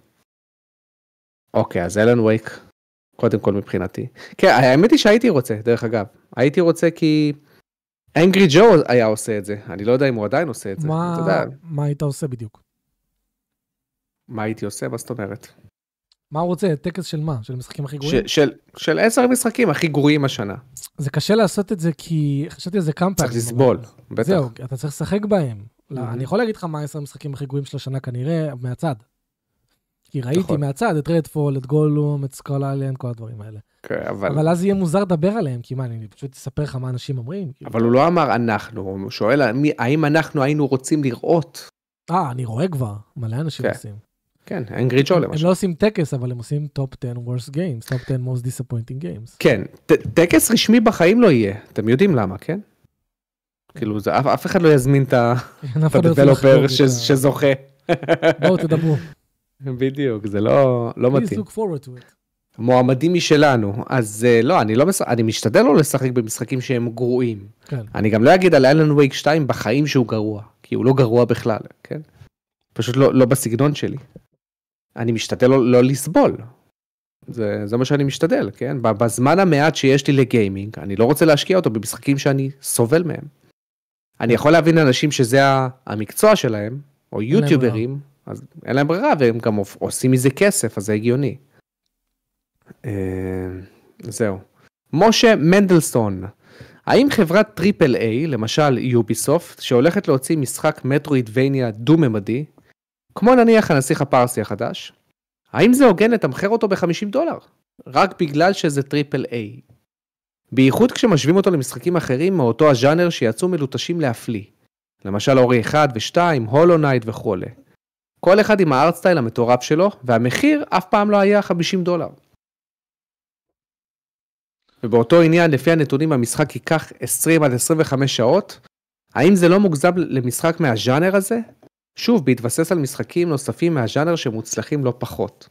אוקיי, אז אלן וייק, קודם כל מבחינתי. כן, האמת היא שהייתי רוצה, דרך אגב. הייתי רוצה כי אנגרי ג'ו היה עושה את זה. אני לא יודע אם הוא עדיין עושה את זה. מה, מה היית עושה בדיוק? מה הייתי עושה? מה זאת אומרת? מה הוא רוצה? טקס של מה? של המשחקים הכי גרועים? של, של עשר משחקים הכי גרועים השנה. זה קשה לעשות את זה כי חשבתי על זה כמה פעמים. צריך לסבול, בטח. זהו, אתה צריך לשחק בהם. אני יכול להגיד לך מה עשר המשחקים הכי גרועים של השנה כנראה מהצד. כי ראיתי מהצד את רדפול, את גולום, את סקול איילנד, כל הדברים האלה. אבל אז יהיה מוזר לדבר עליהם, כי מה, אני פשוט אספר לך מה אנשים אומרים. אבל הוא לא אמר אנחנו, הוא שואל האם אנחנו היינו רוצים לראות. אה, אני רואה כבר, מלא אנשים עושים. כן, אנגרי ג'ו למשל. הם לא עושים טקס, אבל הם עושים טופ עשר worst games, טופ עשר most disappointing games. כן, טקס רשמי בחיים לא יהיה, אתם יודעים למה, כן? כאילו, אף אחד לא יזמין את הדבלופר שזוכה. בואו תדברו. בדיוק, זה לא מתאים. Please look forward to it. מועמדים משלנו, אז לא, אני לא, אני משתדל לא לשחק במשחקים שהם גרועים. אני גם לא אגיד על אלן וייק שתיים בחיים שהוא גרוע, כי הוא לא גרוע בכלל, כן? פשוט לא, לא בסגנון שלי. אני משתדל לא, לא לסבול. זה, זה מה שאני משתדל, כן? בזמן המעט שיש לי לגיימינג, אני לא רוצה להשקיע אותו במשחקים שאני סובל מהם. אני יכול להבין אנשים שזה המקצוע שלהם, או יוטיוברים, אז אין להם ברירה, והם גם עושים מזה כסף, אז זה הגיוני. זהו. משה מנדלסון, האם חברת טריפל איי, למשל יוביסופט, שהולכת להוציא משחק מטרואידבניה דו-ממדי, כמו נניח הנסיך הפרסי החדש, האם זה הוגן לתמחר אותו ב-חמישים דולר? רק בגלל שזה טריפל איי. בייחוד כשמשווים אותו למשחקים אחרים מאותו הז'אנר שיצאו מלוטשים להפליא. למשל אורי אחד ושתיים, הולו נייט וכו'. כל אחד עם הארטסטייל המטורף שלו, והמחיר אף פעם לא היה חמישים דולר. ובאותו עניין, לפי הנתונים, המשחק ייקח עשרים עד עשרים וחמש שעות. האם זה לא מוגזם למשחק מהז'אנר הזה? שוב, בהתבסס על משחקים נוספים מהז'אנר שמוצלחים לא פחות.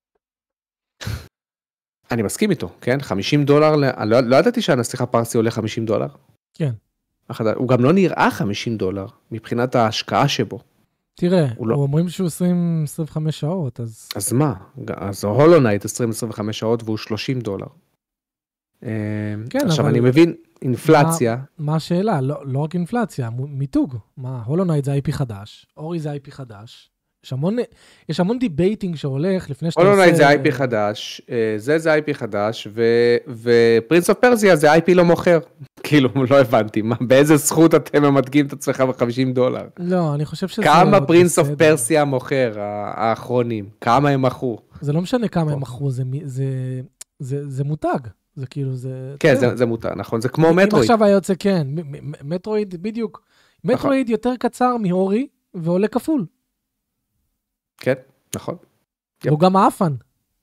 אני מסכים איתו, כן? חמישים דולר, לא, לא ידעתי שהנסיכה פרסי עולה חמישים דולר. כן. הוא גם לא נראה חמישים דולר, מבחינת ההשקעה שבו. תראה, לא... אומרים שהוא עשרים עד עשרים וחמש שעות, אז... אז מה? אז הולו נייט עשרים עד עשרים וחמש שעות, והוא שלושים דולר. כן, עכשיו, אבל... אני מבין, אינפלציה... מה, מה השאלה? לא, לא רק אינפלציה, מיתוג. מה, הולו נייט זה איי פי חדש, אורי זה איי פי חדש. יש המון, יש המון דיבייטינג שהולך לפני שאתה עושה... הולו נייט זה איי פי חדש, זה זה איי פי חדש, ופרינס אוף פרזיה זה איי פי לא מוכר. כאילו, לא הבנתי, מה, באיזה זכות אתם ממתגים את עצמך ב-חמישים דולר? לא, אני חושב שזה... כמה פרינס אוף פרסיה מוכר, האחרונים? כמה הם מכרו? זה לא משנה כמה הם מכרו, זה, זה, זה, זה מותג. זה כאילו, זה... כן, זה, זה מותג, נכון, זה כמו מטרואיד. אם עכשיו היה יוצא, כן, מטרואיד, בדיוק. מטרואיד יותר קצר מהורי, ועולה כפול. כן, נכון. הוא גם האפן.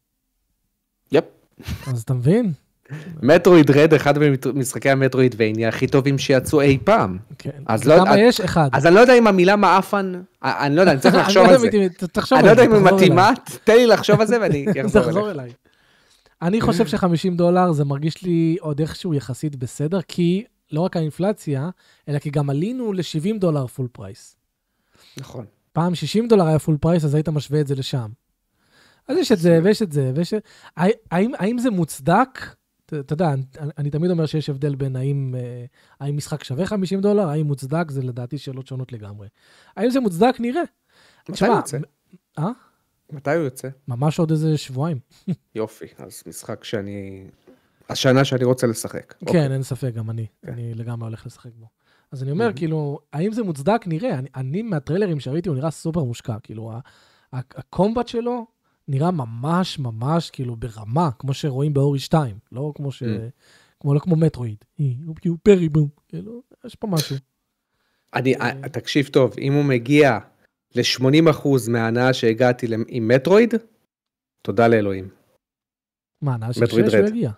יפ. אז אתה מבין? מטרואיד רד, אחד ממשחקי המטרואיד ועניין הכי טובים שיצאו אי פעם. כן. כמה יש? אחד. אז אני לא יודע אם המילה מאפן, אני לא יודע, אני צריך לחשוב על זה. אני לא יודע אם היא מתאימה, תן לי לחשוב על זה ואני אחזור אליי. אני חושב ש-חמישים דולר זה מרגיש לי עוד איכשהו יחסית בסדר, כי לא רק האינפלציה, אלא כי גם עלינו ל-שבעים דולר פול פרייס. נכון. פעם שישים דולר היה פול פרייס, אז היית משווה את זה לשם. אז יש את זה, ויש את זה, ויש... האם, האם זה מוצדק? אתה יודע, אני, אני תמיד אומר שיש הבדל בין האם, האם משחק שווה חמישים דולר, האם מוצדק, זה לדעתי שאלות שונות לגמרי. האם זה מוצדק? נראה. מתי הוא יוצא? אה? מתי הוא יוצא? ממש עוד איזה שבועיים. יופי, אז משחק שאני... השנה שאני רוצה לשחק. כן, אוקיי. אין ספק, גם אני. כן. אני לגמרי הולך לשחק בו. אז אני אומר, mm-hmm. כאילו, האם זה מוצדק? נראה. אני, אני מהטריילרים שראיתי, הוא נראה סופר מושקע. כאילו, הקומבט שלו נראה ממש ממש, כאילו, ברמה, כמו שרואים באורי שתיים. לא כמו ש... Mm-hmm. כמו, לא כמו מטרואיד. הוא פרי בום. כאילו, יש פה משהו. אני, תקשיב טוב, אם הוא מגיע ל-שמונים אחוז מההנאה שהגעתי עם מטרואיד, תודה לאלוהים. מה, הנאה של שש הוא הגיע?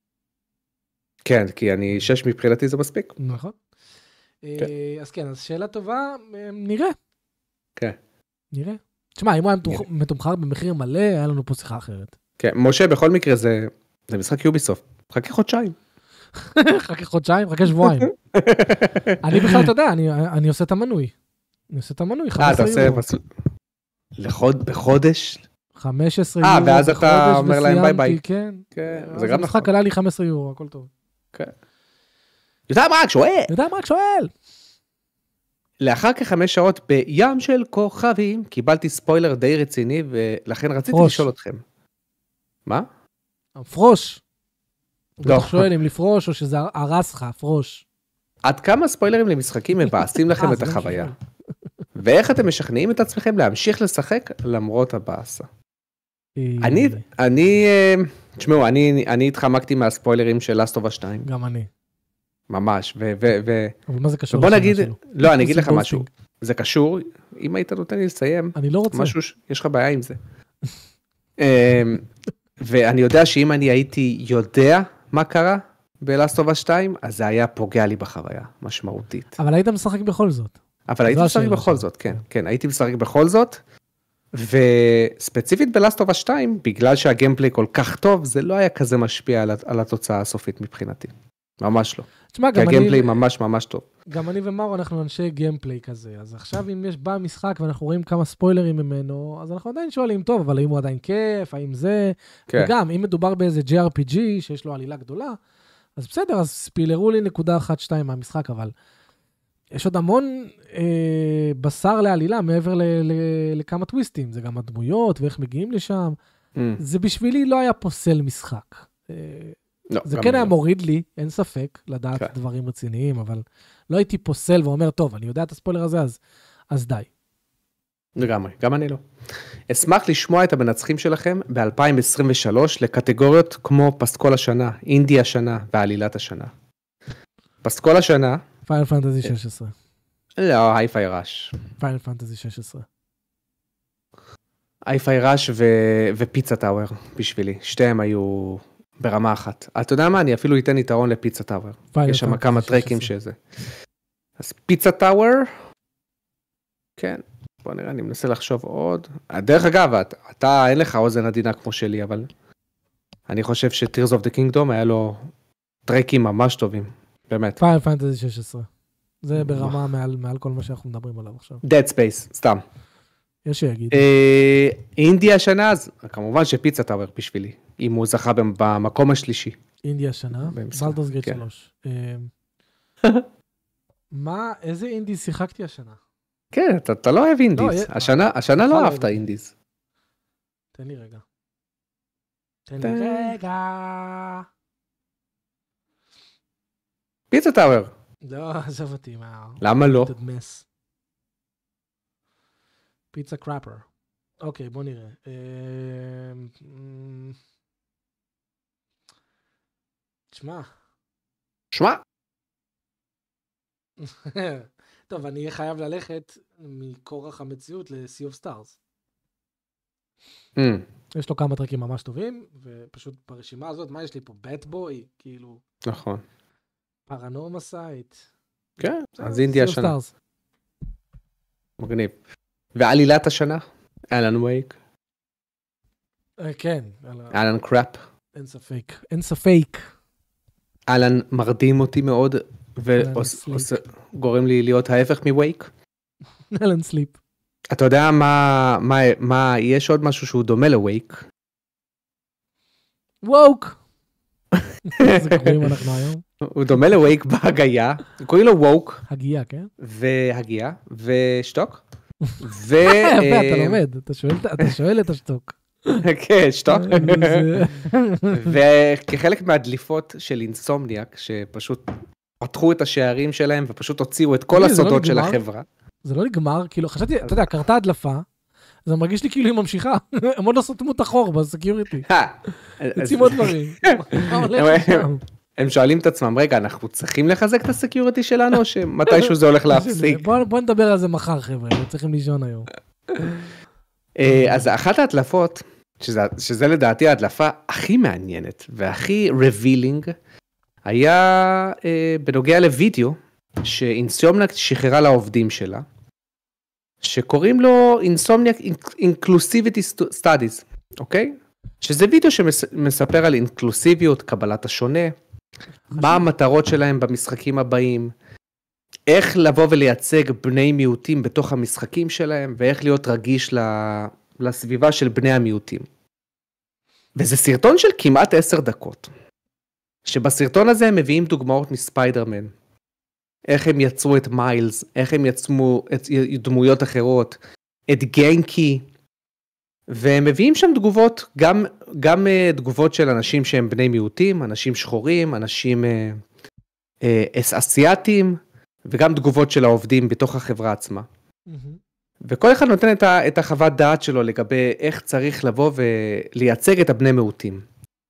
כן, כי אני שש מבחינתי זה מספיק. נכון. אז כן, אז שאלה טובה, נראה. כן. נראה. תשמע, אם הוא היה מתומחר במחיר מלא, היה לנו פה שיחה אחרת. כן, משה, בכל מקרה זה משחק יוביסופט. חכי חודשיים. חכי חודשיים, חכי שבועיים. אני בכלל, אתה יודע, אני עושה את המנוי. אני עושה את המנוי, חמש עשרה יורו. בחודש? חמש עשרה יורו בחודש, ואז אתה אומר להם ביי ביי. כן. זה גם המשחק עלה לי חמש עשרה יורו, הכל טוב. כן. יותם רק שואל. יותם רק שואל. לאחר כחמש שעות בים של כוכבים, קיבלתי ספוילר די רציני, ולכן רציתי לשאול אתכם. מה? פרוש. אתה שואל אם לפרוש, או שזה הרס לך, פרוש. עד כמה ספוילרים למשחקים מבאסים לכם את החוויה? ואיך אתם משכנעים את עצמכם להמשיך לשחק למרות הבאסה? אני, אני, תשמעו, אני, אני התחמקתי מהספוילרים של Last of Us שתיים. גם אני. ממש, ו, ו, ו... אבל מה זה קשור? בוא נגיד, לא, אני אגיד לך משהו. זה קשור, אם היית נותן לי לסיים, אני לא רוצה. משהו, יש לך בעיה עם זה. ואני יודע שאם אני הייתי יודע מה קרה ב-Last of Us שתיים, אז זה היה פוגע לי בחוויה, משמעותית. אבל היית משחק בכל זאת. אבל הייתי משחק בכל זאת, כן, כן, הייתי משחק בכל זאת, וספציפית ב-Last of Us שתיים, בגלל שהגיימפליי כל כך טוב, זה לא היה כזה משפיע על התוצאה הסופית מבחינתי. ממש לא. תשמע, כי הגיימפליי ממש ממש טוב. גם אני ומארו, אנחנו אנשי גיימפליי כזה, אז עכשיו אם יש בא משחק ואנחנו רואים כמה ספוילרים ממנו, אז אנחנו עדיין שואלים טוב, אבל האם הוא עדיין כיף, האם זה, וגם אם מדובר באיזה ג'י אר פי ג'י שיש לו עלילה גדולה, אז בסדר, אז ספילרו לי נקודה אחת שתיים מהמשחק, אבל יש עוד המון אה, בשר לעלילה מעבר ל- ל- לכמה טוויסטים, זה גם הדמויות ואיך מגיעים לשם, mm. זה בשבילי לא היה פוסל משחק. אה, לא, זה כן היה לא. מוריד לי, אין ספק, לדעת okay. דברים רציניים, אבל לא הייתי פוסל ואומר, טוב, אני יודע את הספוילר הזה, אז, אז די. לגמרי, גם אני לא. אשמח לשמוע את המנצחים שלכם ב-אלפיים עשרים ושלוש לקטגוריות כמו פסקול השנה, אינדי השנה ועלילת השנה. פסקול השנה... פיינל פנטזי שש עשרה. לא, הייפיי ראש. פיינל פנטזי שש עשרה. הייפיי ראש ו- ופיצה טאוור בשבילי. שתיהם היו ברמה אחת. אתה יודע מה? אני אפילו אתן יתרון לפיצה טאוור. יש שם כמה טרקים שזה. אז פיצה טאוור, כן. בוא נראה, אני מנסה לחשוב עוד. דרך אגב, אתה, אתה אין לך אוזן עדינה כמו שלי, אבל אני חושב ש-Tears of the Kingdom היה לו טרקים ממש טובים. באמת. פיינל פנטזי שש עשרה. זה ברמה מעל, מעל כל מה שאנחנו מדברים עליו עכשיו. Dead Space, סתם. יש שיגיד. אינדיה השנה, אז כמובן שפיצה טאוור בשבילי, אם הוא זכה במקום השלישי. אינדיה השנה, בלדורס גייט שלוש. מה, איזה אינדי שיחקתי השנה? כן, אתה לא אוהב אינדיז. השנה לא אהבת אינדיז. תן לי רגע. תן לי רגע. פיצה טאוור. לא, עזוב אותי, מה... למה לא? פיצה קראפר. אוקיי, בוא נראה. תשמע. שמע. טוב, אני אהיה חייב ללכת מכורח המציאות ל-Sea of Stars. יש לו כמה טרקים ממש טובים, ופשוט ברשימה הזאת, מה יש לי פה? בט בוי, כאילו... נכון. פרנורמה סייט. כן, אז אינדיה השנה. מגניב. ועלילת השנה? אלן וייק. כן. אלן קראפ. אין ספק. אין ספק. אלן מרדים אותי מאוד, וגורם לי להיות ההפך מווייק. אלן סליפ. אתה יודע מה, יש עוד משהו שהוא דומה לווייק? ווק. איזה קוראים אנחנו היום. הוא דומה לווייק בהגייה, קוראים לו ווק. הגייה, כן? והגייה, ושטוק. אתה לומד, אתה שואל את השטוק. כן, שטוק. וכחלק מהדליפות של אינסומניאק, שפשוט פתחו את השערים שלהם, ופשוט הוציאו את כל הסודות של החברה. זה לא נגמר, כאילו, חשבתי, אתה יודע, קרתה הדלפה, זה מרגיש לי כאילו היא ממשיכה, הם עוד לא סתמו את החור בסקיוריטי. יוצאים עוד דברים. הם שואלים את עצמם, רגע, אנחנו צריכים לחזק את הסקיוריטי שלנו, או שמתישהו זה הולך להפסיק? בוא נדבר על זה מחר, חבר'ה, לא צריכים לישון היום. אז אחת ההדלפות, שזה לדעתי ההדלפה הכי מעניינת, והכי revealing, היה בנוגע לוידאו, שאינסומניאק שחררה לעובדים שלה, שקוראים לו Insomniac Inclusivity Studies, אוקיי? שזה וידאו שמספר על אינקלוסיביות, קבלת השונה, מה המטרות שלהם במשחקים הבאים, איך לבוא ולייצג בני מיעוטים בתוך המשחקים שלהם, ואיך להיות רגיש לסביבה של בני המיעוטים. וזה סרטון של כמעט עשר דקות, שבסרטון הזה הם מביאים דוגמאות מספיידרמן, איך הם יצרו את מיילס, איך הם יצרו את דמויות אחרות, את גנקי, והם מביאים שם תגובות, גם, גם תגובות של אנשים שהם בני מיעוטים, אנשים שחורים, אנשים אה, אה, אסייתים, וגם תגובות של העובדים בתוך החברה עצמה. Mm-hmm. וכל אחד נותן את, ה, את החוות דעת שלו לגבי איך צריך לבוא ולייצג את הבני מיעוטים.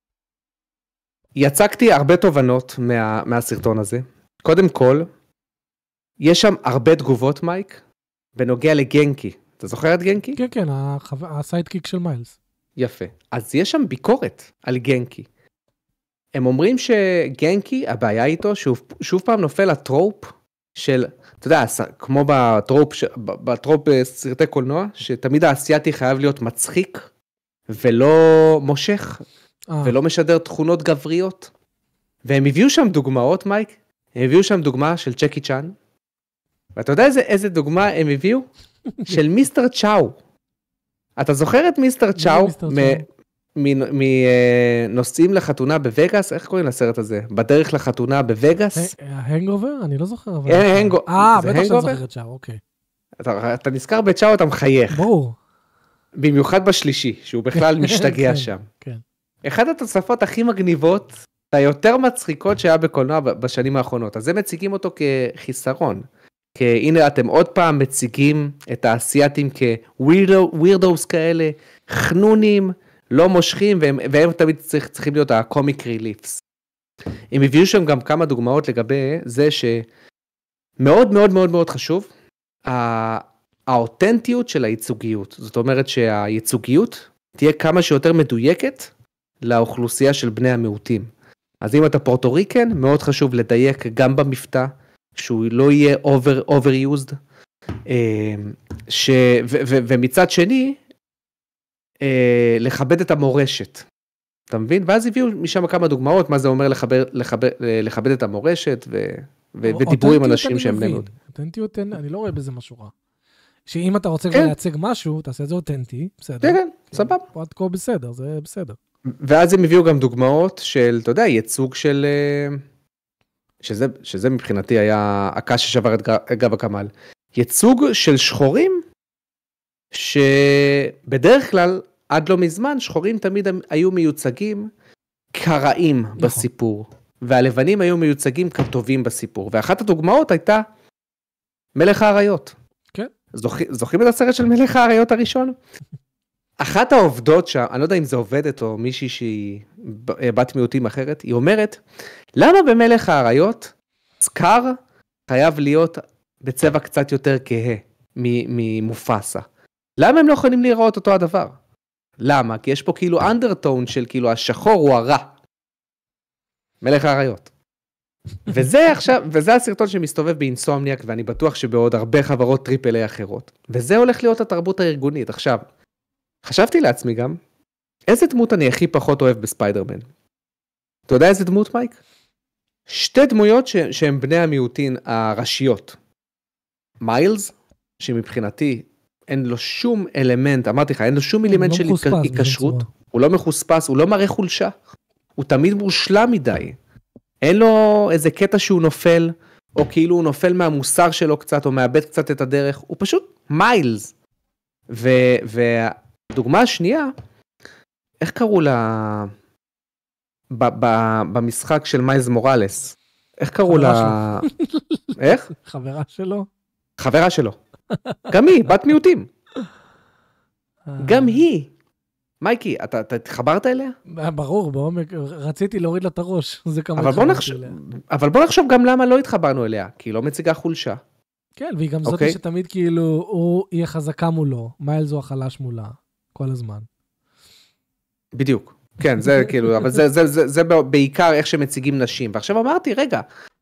יצגתי הרבה תובנות מה, מהסרטון הזה. קודם כל, יש שם הרבה תגובות, מייק, בנוגע לגנקי. אתה זוכר את גנקי? כן, כן, הסיידקיק של מיילס. יפה. אז יש שם ביקורת על גנקי. הם אומרים שגנקי, הבעיה איתו, שוב, שוב פעם נופל הטרופ של, אתה יודע, כמו בטרופ, בטרופ בסרטי קולנוע, שתמיד האסייתי חייב להיות מצחיק, ולא מושך, אה. ולא משדר תכונות גבריות. והם הביאו שם דוגמאות, מייק, הם הביאו שם דוגמה של צ'קי צ'אן, ואתה יודע איזה, איזה דוגמה הם הביאו? של מיסטר צ'או. אתה זוכר את מיסטר צ'או מנוסעים לחתונה בווגאס? איך קוראים לסרט הזה? בדרך לחתונה בווגאס? ההנגובר? אני לא זוכר. אה, בטח שאני זוכר את צ'או, אוקיי. אתה נזכר בצ'או, אתה מחייך. ברור. במיוחד בשלישי, שהוא בכלל משתגע שם. אחד התוספות הכי מגניבות, היותר מצחיקות שהיה בקולנוע בשנים האחרונות. אז הם מציגים אותו כחיסרון. כי הנה אתם עוד פעם מציגים את האסייתים כווירדוס כאלה, חנונים, לא מושכים, והם, והם תמיד צריך, צריכים להיות הקומיק ריליפס. הם הביאו שם גם כמה דוגמאות לגבי זה שמאוד מאוד מאוד מאוד חשוב האותנטיות של הייצוגיות. זאת אומרת שהייצוגיות תהיה כמה שיותר מדויקת לאוכלוסייה של בני המיעוטים. אז אם אתה פורטוריקן, מאוד חשוב לדייק גם במבטא, שהוא לא יהיה over, overused, ש, ו, ו, ומצד שני, לכבד את המורשת. אתה מבין? ואז הביאו משם כמה דוגמאות, מה זה אומר לחבר, לחבר, לכבד את המורשת, ו, ו, ודיברו עם אנשים שהם נמוד. אותנטיות, אני לא רואה בזה משהו רע. שאם אתה רוצה כבר להציג משהו, תעשה את זה אותנטי, בסדר. כן, סבב. פה עד כה בסדר, זה בסדר. ואז הם הביאו גם דוגמאות של, אתה יודע, ייצוג של, שזה, שזה מבחינתי היה הקש ששבר את גב הקמל. ייצוג של שחורים, שבדרך כלל, עד לא מזמן, שחורים תמיד היו מיוצגים כרעים נכון. בסיפור, והלבנים היו מיוצגים כטובים בסיפור, ואחת הדוגמאות הייתה מלך האריות. כן. זוכ... זוכרים את הסרט של מלך האריות הראשון? אחת העובדות, שה... אני לא יודע אם זה עובדת או מישהי שהיא בת מיעוטים אחרת, היא אומרת, למה במלך האריות סקאר חייב להיות בצבע קצת יותר כהה ממופסה? למה הם לא יכולים לראות אותו הדבר? למה? כי יש פה כאילו אנדרטון של כאילו השחור הוא הרע. מלך האריות. וזה עכשיו, וזה הסרטון שמסתובב באינסומניאק, ואני בטוח שבעוד הרבה חברות טריפל איי אחרות. וזה הולך להיות התרבות הארגונית. עכשיו, חשבתי לעצמי גם, איזה דמות אני הכי פחות אוהב בספיידרמן? אתה יודע איזה דמות, מייק? שתי דמויות שהן בני המיעוטין הראשיות. מיילס, שמבחינתי אין לו שום אלמנט, אמרתי לך, אין לו שום אלמנט של היקשרות, הוא לא מחוספס, הוא לא מראה חולשה, הוא תמיד מושלם מדי. אין לו איזה קטע שהוא נופל, או כאילו הוא נופל מהמוסר שלו קצת, או מאבד קצת את הדרך, הוא פשוט מיילס. והדוגמה השנייה, איך קראו לה, במשחק של מיילס מוראלס, איך קראו לה, איך? חברה שלו. חברה שלו. גם היא, בת מיעוטים. גם היא. מייקי, אתה התחברת אליה? ברור, בעומק, רציתי להוריד לה את הראש. אבל בוא נחשוב גם למה לא התחברנו אליה, כי היא לא מציגה חולשה. כן, והיא גם זאת שתמיד כאילו, הוא יהיה חזקה מולו, מיילס הוא החלש מולה, כל הזמן. בדיוק. כן, זה כאילו, אבל זה בעיקר איך שמציגים נשים. ועכשיו אמרתי, רגע,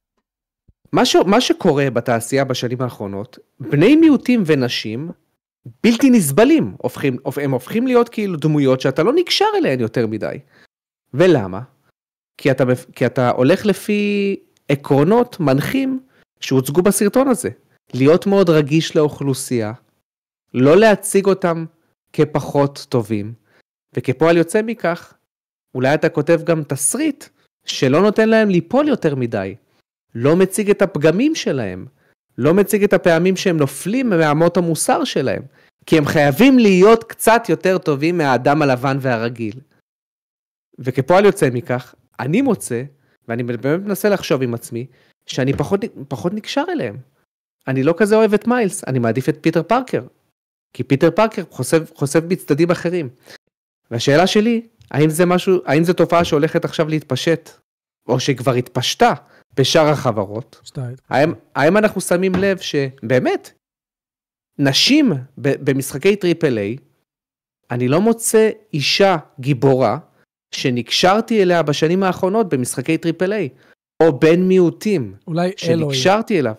מה שקורה בתעשייה בשנים האחרונות, בני מיעוטים ונשים, בלתי נסבלים, הופכים, הם הופכים להיות כאילו דמויות שאתה לא נקשר אליהן יותר מדי. ולמה? כי אתה, כי אתה הולך לפי עקרונות מנחים שהוצגו בסרטון הזה. להיות מאוד רגיש לאוכלוסייה, לא להציג אותם כפחות טובים, וכפועל יוצא מכך, אולי אתה כותב גם תסריט שלא נותן להם ליפול יותר מדי, לא מציג את הפגמים שלהם, לא מציג את הפעמים שהם נופלים מאמות המוסר שלהם, כי הם חייבים להיות קצת יותר טובים מהאדם הלבן והרגיל. וכפועל יוצא מכך, אני מוצא, ואני באמת מנסה לחשוב עם עצמי, שאני פחות, פחות נקשר אליהם. אני לא כזה אוהב את מיילס, אני מעדיף את פיטר פארקר. כי פיטר פארקר חושף, חושף בצדדים אחרים. והשאלה שלי, האם זה משהו, האם זה תופעה שהולכת עכשיו להתפשט, או שכבר התפשטה בשאר החברות? שתיים. האם, האם אנחנו שמים לב שבאמת, נשים במשחקי טריפל איי, אני לא מוצא אישה גיבורה, שנקשרתי אליה בשנים האחרונות במשחקי טריפל איי, או בן מיעוטים, אולי שנקשרתי אליו.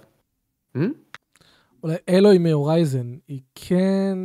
אולי אלוי מהורייזן, היא כן...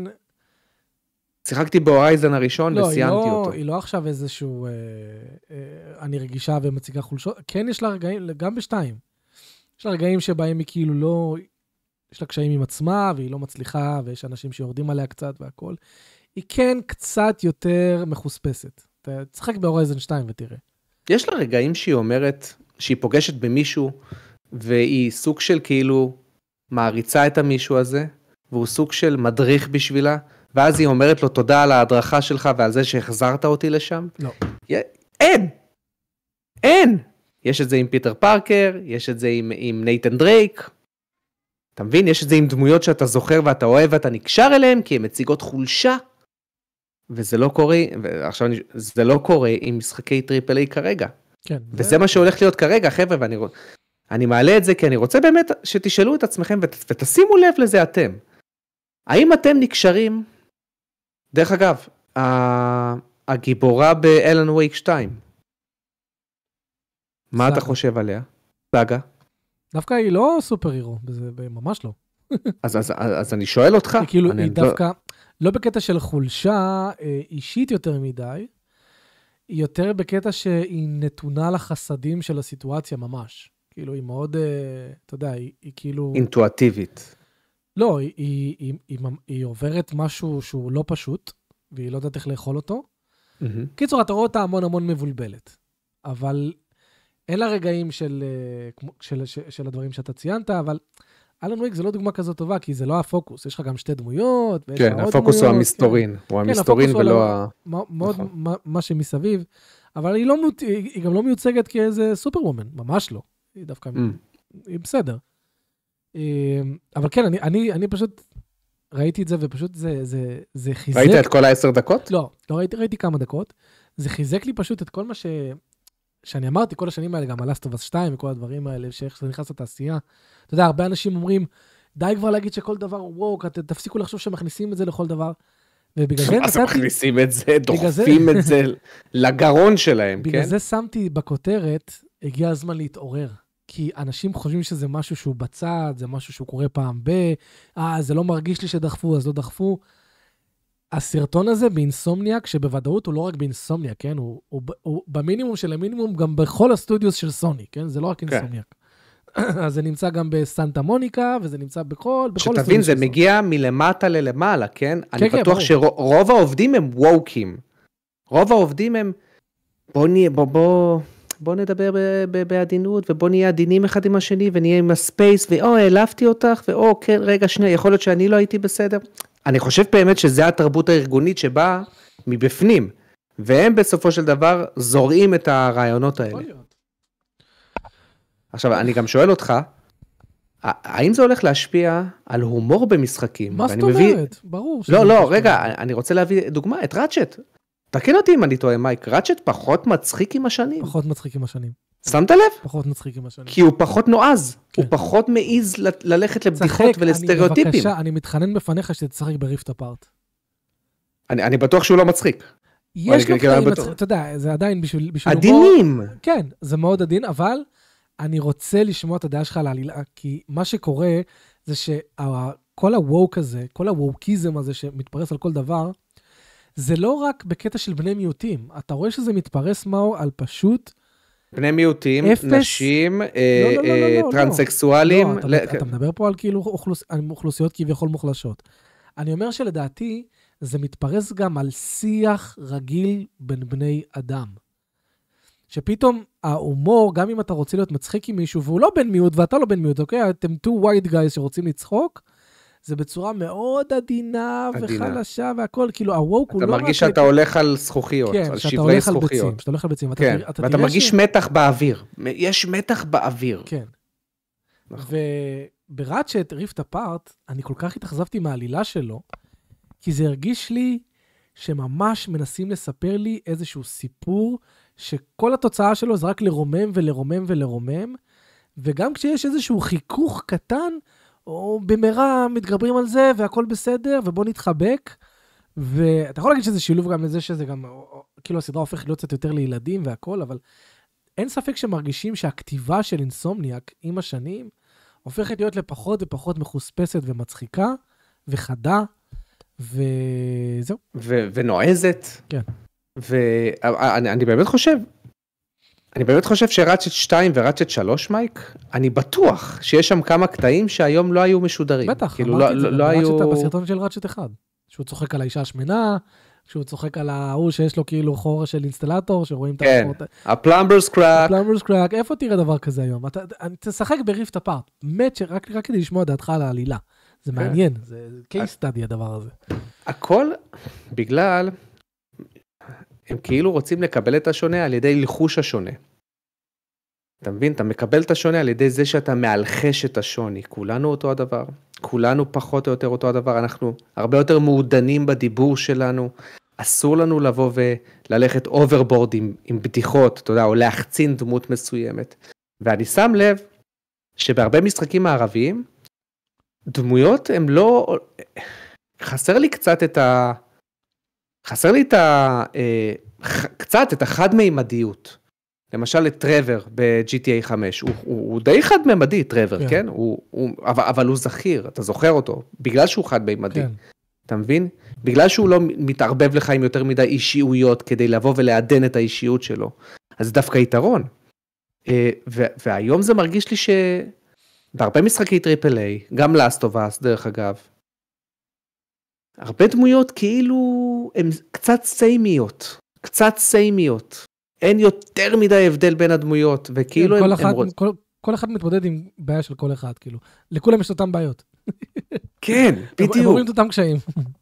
שיחקתי בהורייזן הראשון לא, וסיימתי היא לא, אותו. היא לא עכשיו איזשהו, אה, אה, אני רגישה ומציגה חולשות, כן יש לה רגעים, גם בשתיים, יש לה רגעים שבהם היא כאילו לא, יש לה קשיים עם עצמה, והיא לא מצליחה, ויש אנשים שיורדים עליה קצת והכל, היא כן קצת יותר מחוספסת. אתה תשחק בהורייזן שתיים ותראה. יש לה רגעים שהיא אומרת, שהיא פוגשת במישהו, והיא סוג של כאילו, מעריצה את המישהו הזה, והוא סוג של מדריך בשבילה, ואז היא אומרת לו תודה על ההדרכה שלך ועל זה שהחזרת אותי לשם. לא. אין! אין! יש את זה עם פיטר פארקר, יש את זה עם, עם נייתן דרייק. אתה מבין? יש את זה עם דמויות שאתה זוכר ואתה אוהב ואתה נקשר אליהם, כי הן מציגות חולשה. וזה לא קורה, ועכשיו זה לא קורה עם משחקי טריפל איי כרגע. כן. וזה מה שהולך להיות כרגע, חבר'ה, ואני אני מעלה את זה כי אני רוצה באמת שתשאלו את עצמכם ותשימו לב לזה אתם. האם אתם נקשרים, דרך אגב, הגיבורה באלן וייק שתיים, מה אתה חושב עליה? סאגה? דווקא היא לא סופר הירו, זה ממש לא. אז, אז, אז אני שואל אותך. כאילו, אני היא דווקא, לא בקטע של חולשה אישית יותר מדי, היא יותר בקטע שהיא נתונה לחסדים של הסיטואציה ממש. כאילו, היא מאוד, אתה יודע, היא, היא כאילו... אינטואטיבית. לא, היא, היא, היא, היא, היא עוברת משהו שהוא לא פשוט, והיא לא יודעת איך לאכול אותו. Mm-hmm. קיצור, אתה רואה אותה המון המון מבולבלת. אבל אין לה רגעים של, של, של, של הדברים שאתה ציינת, אבל אלן וייק זה לא דוגמה כזאת טובה, כי זה לא הפוקוס. יש לך גם שתי דמויות. כן, הפוקוס הוא המסתורין. הוא המסתורין ולא ה... מאוד מה שמסביב. אבל היא, לא, היא גם לא מיוצגת כאיזה סופרוומן, ממש לא. היא דווקא, היא בסדר. אבל כן, אני, אני, אני פשוט ראיתי את זה, ופשוט זה, זה, זה חיזק... ראית את כל העשר דקות? לא, לא ראיתי, ראיתי כמה דקות. זה חיזק לי פשוט את כל מה ש... שאני אמרתי כל השנים האלה, גם על Last of Us שתיים וכל הדברים האלה, שאיך זה נכנס לתעשייה. אתה יודע, הרבה אנשים אומרים, די כבר להגיד שכל דבר הוא ווק, תפסיקו לחשוב שמכניסים את זה לכל דבר. ובגלל זה... אז מכניסים את זה, דוחפים את זה לגרון שלהם, כן? בגלל זה שמתי בכותרת, הגיע הזמן להתעורר. כי אנשים חושבים שזה משהו שהוא בצד, זה משהו שהוא קורה פעם ב... אה, זה לא מרגיש לי שדחפו, אז לא דחפו. הסרטון הזה באינסומניאק, שבוודאות הוא לא רק באינסומניאק, כן? הוא, הוא, הוא במינימום של המינימום, גם בכל הסטודיוס של סוני, כן? זה לא רק אינסומניאק. אז זה נמצא גם בסנטה מוניקה, וזה נמצא בכל... שתבין, זה מגיע מלמטה ללמעלה, כן? אני בטוח שרוב העובדים הם ווקים. רוב העובדים הם... בוא נהיה, בוא, בוא... בוא נדבר בעדינות, ובוא נהיה עדינים אחד עם השני, ונהיה עם הספייס, ואו, העלפתי אותך, ואו, כן, רגע, שני, יכול להיות שאני לא הייתי בסדר. אני חושב באמת שזה התרבות הארגונית שבאה מבפנים, והם בסופו של דבר זורעים את הרעיונות האלה. עכשיו, אני גם שואל אותך, האם זה הולך להשפיע על הומור במשחקים? מה זאת אומרת? ברור. לא, לא, רגע, אני רוצה להביא דוגמה, את ראצ'ט. תקן אותי אם אני טועה, מייק, ראצ'ט פחות מצחיק עם השנים. פחות מצחיק עם השנים. שמת לב? פחות מצחיק עם השנים. כי הוא פחות נועז, הוא פחות מעיז ללכת לבדיחות ולסטריאוטיפים. אני מתחנן בפניך שתשחק בריפט אפארט. אני בטוח שהוא לא מצחיק. יש לו קטעים מצחיק, אתה יודע, זה עדיין בשביל... עדינים. כן, זה מאוד עדין, אבל אני רוצה לשמוע את הדעה שלך על העלילה, כי מה שקורה זה שכל הווק הזה, כל הווקיזם הזה שמתפרס על כל דבר, זה לא רק בקטע של בני מיעוטים. אתה רואה שזה מתפרס מהו על פשוט... בני מיעוטים, נשים, טרנסקסואלים. אתה מדבר פה על כאילו אוכלוסיות כביכול מוחלשות. אני אומר שלדעתי, זה מתפרס גם על שיח רגיל בין בני אדם. שפתאום ההומור, גם אם אתה רוצה להיות מצחיק עם מישהו, והוא לא בן מיעוט ואתה לא בן מיעוט, אוקיי? אתם two white guys שרוצים לצחוק, זה בצורה מאוד עדינה וחלשה והכל, כאילו הווק הוא לא רק... אתה מרגיש שאתה הולך על זכוכיות, על שברי זכוכיות. שאתה הולך על ביצים. כן, ואתה מרגיש מתח באוויר. יש מתח באוויר. כן. ובראצ'ט, ריפט אפארט, אני כל כך התאכזבתי מהעלילה שלו, כי זה הרגיש לי שממש מנסים לספר לי איזשהו סיפור, שכל התוצאה שלו זה רק לרומם ולרומם ולרומם, וגם כשיש איזשהו חיכוך קטן, או במהרה מתגברים על זה, והכל בסדר, ובוא נתחבק, ואתה יכול להגיד שזה שילוב גם לזה, שזה גם, כאילו הסדרה הופך להיות קצת יותר לילדים והכל, אבל אין ספק שמרגישים שהכתיבה של אינסומניאק עם השנים, הופכת להיות לפחות ופחות מחוספסת ומצחיקה, וחדה, וזהו. ו- ונועזת. כן. ואני אני באמת חושב, אני באמת חושב שראצ'ט שתיים וראצ'ט שלוש, מייק, אני בטוח שיש שם כמה קטעים שהיום לא היו משודרים. בטח, כאילו אמרתי לא, את זה, לא היו... בסרטון של ראצ'ט אחד, שהוא צוחק על האישה השמנה, שהוא צוחק על ההוא שיש לו כאילו חור של אינסטלטור, שרואים את כן, הפלמברס קראק. הפלמברס קראק, איפה תראה דבר כזה היום? אתה, תשחק בריפט אפארט, באמת שרק רק כדי לשמוע דעתך על העלילה. זה מעניין, זה case study הדבר הזה. הכל בגלל... הם כאילו רוצים לקבל את השונה על ידי לחוש השונה. אתה מבין? אתה מקבל את השונה על ידי זה שאתה מאלחש את השוני. כולנו אותו הדבר. כולנו פחות או יותר אותו הדבר. אנחנו הרבה יותר מעודנים בדיבור שלנו. אסור לנו לבוא וללכת אוברבורד עם, עם בדיחות, אתה יודע, או להחצין דמות מסוימת. ואני שם לב שבהרבה משחקים הערביים, דמויות הם לא, חסר לי קצת את ה, חסר לי את ה, קצת את החד-מימדיות. למשל את טרוור ב-ג'י טי איי חמש, הוא, הוא, הוא די חד-מימדי, טרוור, כן? כן? הוא, הוא, אבל, אבל הוא זכיר, אתה זוכר אותו, בגלל שהוא חד-מימדי. כן. אתה מבין? בגלל שהוא לא מתערבב לך עם יותר מדי אישיויות, כדי לבוא ולעדן את האישיות שלו. אז זה דווקא יתרון. והיום זה מרגיש לי שבהרבה משחקי טריפל איי, גם לאסט אוף אס, דרך אגב, הרבה דמויות כאילו הן קצת סיימיות, קצת סיימיות. אין יותר מדי הבדל בין הדמויות, וכאילו כל הם... אחד, הם... כל, כל אחד מתמודד עם בעיה של כל אחד, כאילו. לכולם יש אותם בעיות. כן, בדיוק. הם רואים את אותם קשיים.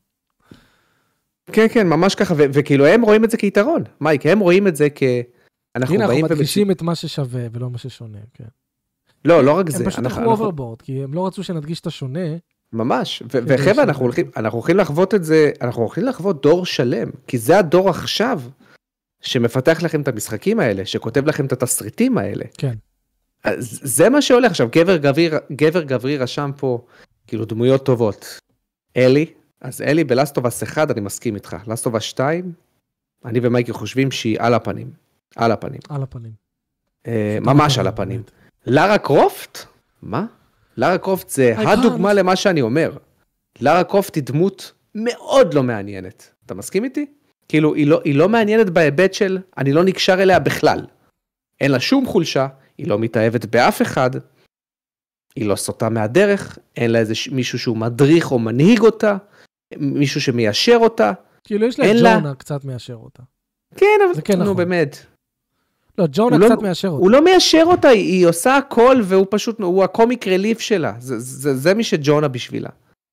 כן, כן, ממש ככה, ו- וכאילו הם רואים את זה כיתרון. מייק, הם רואים את זה כ... אנחנו הנה, אנחנו מדגישים ובצ... את מה ששווה, ולא מה ששונה, כן. לא, לא רק זה. הם פשוט הלכו אוברבורד, כי הם לא רצו שנדגיש את השונה. ממש, ו- וחבר'ה, אנחנו הולכים, אנחנו הולכים לחוות את זה, אנחנו הולכים לחוות דור שלם, כי זה הדור עכשיו, שמפתח לכם את המשחקים האלה, שכותב לכם את התסריטים האלה. כן. אז זה מה שהולך. עכשיו, גבר גברי, גבר גברי רשם פה, כאילו דמויות טובות. אלי, אז אלי בלאסט אוף אס אחד, אני מסכים איתך. לאסט אוף אס שתיים, אני ומייקי חושבים שהיא על הפנים. על הפנים. על הפנים. אה, ממש על הפנים. לארה קרופט? מה? לארה קרופט זה הדוגמה למה שאני אומר. לארה קרופט היא דמות מאוד לא מעניינת. אתה מסכים איתי? כאילו, היא לא, היא לא מעניינת בהיבט של, אני לא נקשר אליה בכלל. אין לה שום חולשה, היא לא מתאהבת באף אחד, היא לא סוטה מהדרך, אין לה איזה מישהו שהוא מדריך או מנהיג אותה, מישהו שמיישר אותה. כאילו, יש לה ג'ונה לה... קצת מיישר אותה. כן, אבל כן, נו, נכון. באמת. לא, ג'ונה קצת לא, מיישר אותה. הוא לא מיישר אותה, היא, היא עושה הכל, והוא פשוט, הוא הקומיק רליף שלה. זה, זה, זה מי שג'ונה בשבילה.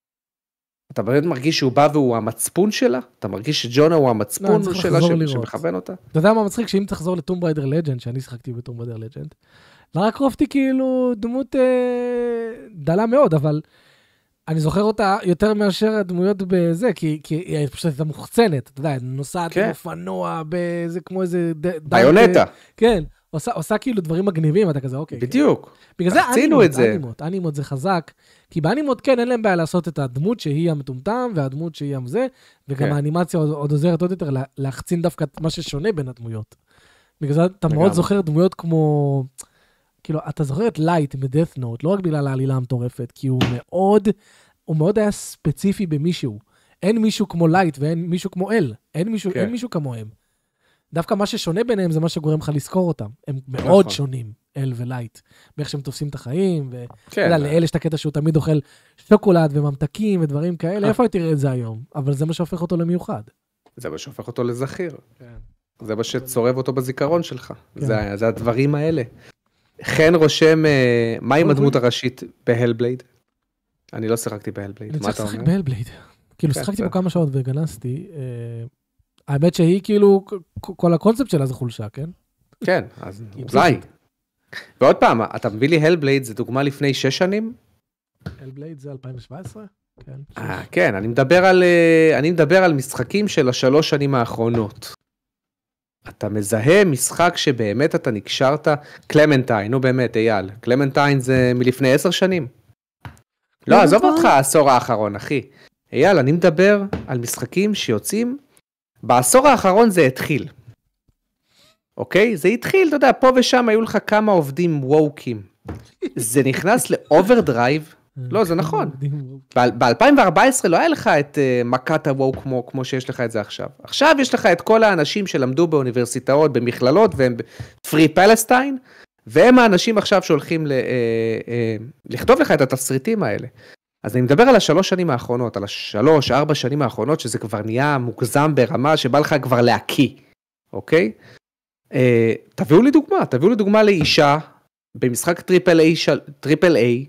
אתה באמת מרגיש שהוא בא והוא המצפון שלה? אתה מרגיש שג'ונה הוא המצפון לא, שלה ש... שמכוון אותה? אתה יודע מה מצחיק? שאם תחזור לטום בריידר לג'נד, שאני שחקתי בטום בריידר לג'נד, לארה קרופט היא כאילו דמות אה, דלה מאוד, אבל אני זוכר אותה יותר מאשר הדמויות בזה, כי, כי היא פשוט הייתה מוחצנת, אתה יודע, נוסעת כן. אופנוע, בזה כמו איזה... ביונטה. כן. עושה, עושה כאילו דברים מגניבים, אתה כזה, אוקיי. בדיוק. בגלל זה אנימות, אנימות, אנימות זה חזק, כי באנימות כן, אין להם בעיה לעשות את הדמות שהיא המטומטם, והדמות שהיא המזה, וגם האנימציה עוד עוזרת עוד יותר להחצין דווקא מה ששונה בין הדמויות. בגלל זה אתה מאוד זוכר דמויות כמו, כאילו, אתה זוכר את לייט מדף נוט, לא רק בגלל העלילה המטורפת, כי הוא מאוד, הוא מאוד היה ספציפי במישהו. אין מישהו כמו לייט ואין מישהו כמו אל, אין מישהו, אין מישהו כמוהם. דווקא מה ששונה ביניהם זה מה שגורם לך לזכור אותם. הם מאוד נכון. שונים, אל ולייט. באיך שהם תופסים את החיים, ו... כן. לאל יש את הקטע שהוא תמיד אוכל שוקולד וממתקים ודברים כאלה. איפה תראה את זה היום? אבל זה מה שהופך אותו למיוחד. זה מה שהופך אותו לזכיר. כן. זה מה שצורב אותו בזיכרון שלך. כן. זה, זה הדברים האלה. חן רושם, מה עם הדמות הראשית בהלבלייד? אני לא שיחקתי בהלבלייד. אני צריך לשחק בהלבלייד. כאילו, שיחקתי פה כמה שעות וגנסתי. האמת שהיא כאילו, כל הקונספט שלה זה חולשה, כן? כן, אז אולי. ועוד פעם, אתה מביא לי הלבלייד, זה דוגמה לפני שש שנים? הלבלייד זה אלפיים שבע עשרה? כן. אה, כן, אני מדבר על, אני מדבר על משחקים של השלוש שנים האחרונות. אתה מזהה משחק שבאמת אתה נקשרת, קלמנטיין, נו באמת, אייל, קלמנטיין זה מלפני עשר שנים. לא, עזוב אותך העשור האחרון, אחי. אייל, אני מדבר על משחקים שיוצאים, בעשור האחרון זה התחיל. אוקיי? זה התחיל, אתה יודע, פה ושם היו לך כמה עובדים ווקים. זה נכנס לאוברדרייב, לא, זה נכון. ב-אלפיים וארבע עשרה לא היה לך את מכת הווק כמו, כמו שיש לך את זה עכשיו. עכשיו יש לך את כל האנשים שלמדו באוניברסיטאות, במכללות, והם פרי פלסטיין, והם האנשים עכשיו שהולכים ל, אה, אה, לכתוב לך את התסריטים האלה. אז אני מדבר על השלוש שנים האחרונות, על השלוש, ארבע שנים האחרונות, שזה כבר נהיה מוגזם ברמה שבא לך כבר להקיא, אוקיי? אה, תביאו לי דוגמה, תביאו לי דוגמה לאישה, במשחק טריפל איי, טריפל איי,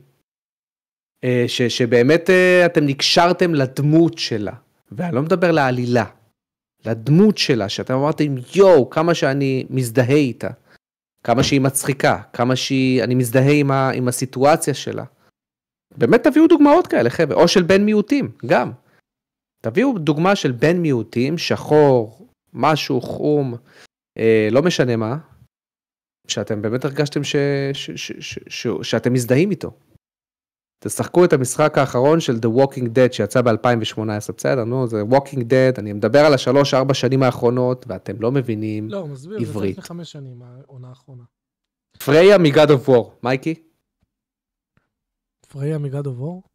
ש, שבאמת אתם נקשרתם לדמות שלה, ואני לא מדבר לעלילה, לדמות שלה, שאתם אמרתם, יו, כמה שאני מזדהה איתה, כמה שהיא מצחיקה, כמה שאני מזדהה עם, ה, עם הסיטואציה שלה. באמת תביאו דוגמאות כאלה, חבר'ה, או של בן מיעוטים, גם. תביאו דוגמה של בן מיעוטים, שחור, משהו, חום, אה, לא משנה מה, שאתם באמת הרגשתם ש... ש... ש... ש... ש... שאתם מזדהים איתו. תשחקו את המשחק האחרון של The Walking Dead שיצא ב-אלפיים שמונה עשרה, בסדר, נו, זה Walking Dead, אני מדבר על השלוש, ארבע שנים האחרונות, ואתם לא מבינים לא, מסביר, עברית. זה לפני חמש שנים, העונה האחרונה. פריה מ-God of War, מייקי? פריה מ-God of War?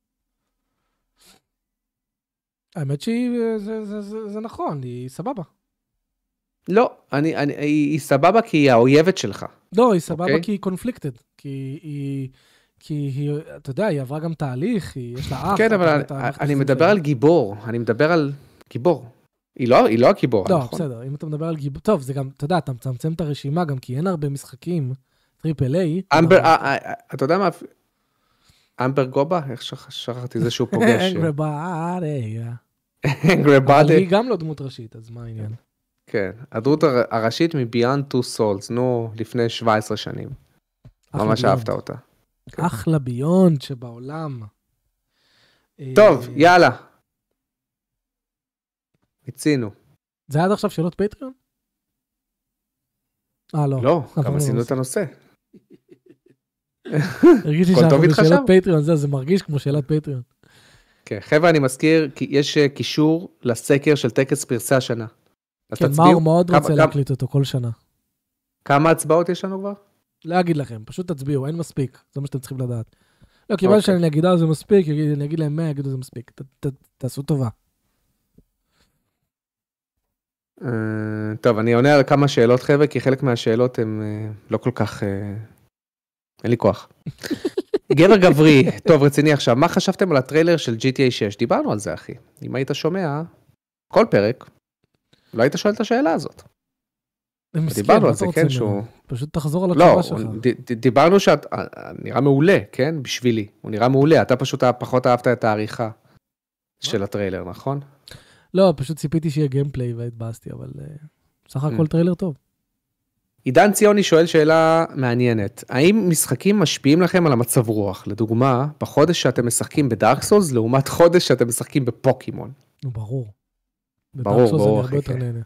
האמת שהיא, זה, זה, זה, זה נכון, היא סבבה. לא, אני, אני, היא, היא סבבה כי היא האויבת שלך. לא, היא סבבה אוקיי? כי היא קונפליקטד, כי היא, כי היא, אתה יודע, היא עברה גם תהליך, היא, יש לה אח. כן, אבל אני, אני מדבר על גיבור, אני מדבר על גיבור. היא לא, היא לא הגיבור, לא, נכון? בסדר, אם אתה מדבר על גיבור, טוב, זה גם, אתה יודע, אתה מצמצם את הרשימה גם, כי אין הרבה משחקים, טריפל איי. אמבר, אתה יודע מה? אמבר גובה? איך שכחתי זה שהוא פוגש? אנגרי באדי. אנגרי אבל באדי. היא גם לא דמות ראשית, אז מה העניין? כן, הדמות הראשית מ-Beyond Two Souls, נו, לפני שבע עשרה שנים. ממש אהבת אותה. אחלה ביונד שבעולם. טוב, יאללה. מיצינו. זה עד עכשיו שאלות פטריון? אה, לא. לא, גם עשינו את הנושא. הרגיש לי שאנחנו בשאלות פטריון, זה מרגיש כמו שאלת פטריון. כן, חבר'ה, אני מזכיר, יש קישור לסקר של טקס פרסי השנה. כן, מאור מאוד רוצה להקליט אותו כל שנה. כמה הצבעות יש לנו כבר? לא אגיד לכם, פשוט תצביעו, אין מספיק, זה מה שאתם צריכים לדעת. לא, כיוון שאני אגיד על זה מספיק, אני אגיד להם מאה, יגידו זה מספיק, תעשו טובה. טוב, אני עונה על כמה שאלות חבר'ה, כי חלק מהשאלות הן לא כל כך, אין לי כוח. גבר גברי, טוב רציני עכשיו, מה חשבתם על הטריילר של ג'י טי איי שש? דיברנו על זה אחי, אם היית שומע, כל פרק, לא היית שואל את השאלה הזאת. דיברנו על זה, כן, שהוא... פשוט תחזור על התשובה שלך. לא, דיברנו שאת, נראה מעולה, כן, בשבילי, הוא נראה מעולה, אתה פשוט פחות אהבת את העריכה של הטריילר, נכון? לא, פשוט ציפיתי שיהיה גיימפליי והתבאסתי, אבל סך הכל טריילר טוב. עידן ציוני שואל שאלה מעניינת, האם משחקים משפיעים לכם על המצב רוח? לדוגמה, בחודש שאתם משחקים בדארק סולס, לעומת חודש שאתם משחקים בפוקימון. ברור. ברור, ברור, אחי, כן.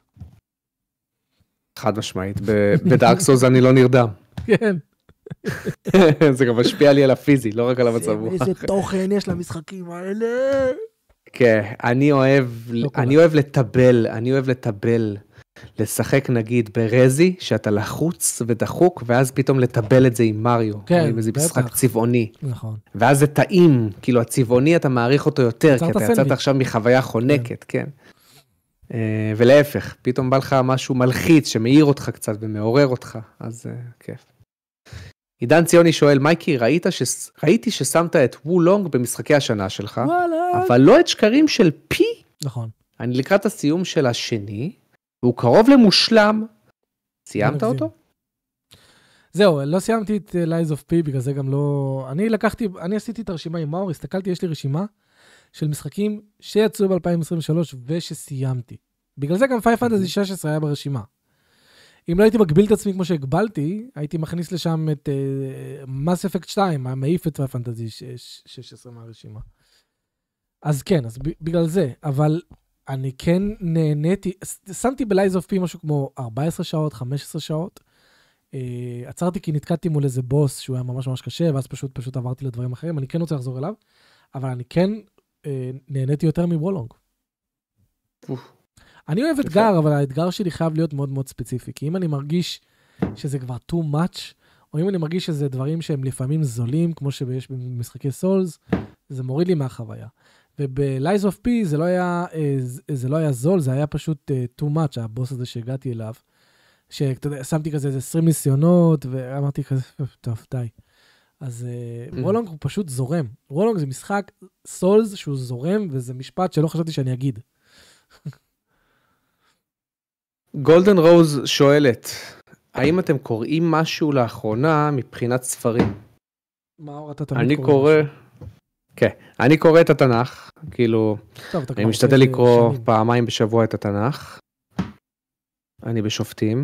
חד משמעית, בדארק סולס אני לא נרדם. כן. זה גם משפיע לי על הפיזי, לא רק על המצב רוח. איזה תוכן יש למשחקים האלה. כן, אני אוהב, אני אוהב לטבל, אני אוהב לטבל, לשחק נגיד ברזי, שאתה לחוץ ודחוק, ואז פתאום לטבל את זה עם מריו. כן, איזה משחק צבעוני. נכון. ואז זה טעים, כאילו הצבעוני אתה מעריך אותו יותר, כי אתה יצאת עכשיו מחוויה חונקת, כן. ולהפך, פתאום בא לך משהו מלחיץ, שמאיר אותך קצת ומעורר אותך, אז כיף. עידן ציוני שואל, מייקי, ראית ש... ראיתי ששמת את וולונג במשחקי השנה שלך, אבל לא את שקרים של פי. נכון. אני לקראת הסיום של השני, והוא קרוב למושלם. סיימת אותו? זהו, לא סיימתי את Lies of P, בגלל זה גם לא... אני לקחתי, אני עשיתי את הרשימה עם מאור, הסתכלתי, יש לי רשימה של משחקים שיצאו ב-אלפיים עשרים ושלוש ושסיימתי. בגלל זה גם Final Fantasy שש עשרה היה ברשימה. אם לא הייתי מגביל את עצמי כמו שהגבלתי, הייתי מכניס לשם את uh, Mass Effect שתיים, מעיף את Final Fantasy שש עשרה מהרשימה. אז כן, אז בגלל זה, אבל אני כן נהניתי, שמתי ב-Lies of P משהו כמו ארבע עשרה שעות, חמש עשרה שעות, uh, עצרתי כי נתקעתי מול איזה בוס שהוא היה ממש ממש קשה, ואז פשוט פשוט עברתי לדברים אחרים, אני כן רוצה לחזור אליו, אבל אני כן uh, נהניתי יותר מוולונג. אני אוהב אתגר, אבל האתגר שלי חייב להיות מאוד מאוד ספציפי, כי אם אני מרגיש שזה כבר too much, או אם אני מרגיש שזה דברים שהם לפעמים זולים, כמו שיש במשחקי סולס, זה מוריד לי מהחוויה. וב-Lies of P זה לא היה, זה לא היה זול, זה היה פשוט too much, הבוס הזה שהגעתי אליו, ששמתי כזה עשרים ניסיונות, ואמרתי כזה, טוב, די. אז וולונג הוא פשוט זורם. וולונג זה משחק סולס שהוא זורם, וזה משפט שלא חשבתי שאני אגיד. גולדן רוז שואלת, האם אתם קוראים משהו לאחרונה מבחינת ספרים? מה אור אתה תמיד אני קורא, כן, אני קורא את התנ"ך, כאילו, אני משתדל לקרוא פעמיים בשבוע את התנ"ך, אני בשופטים,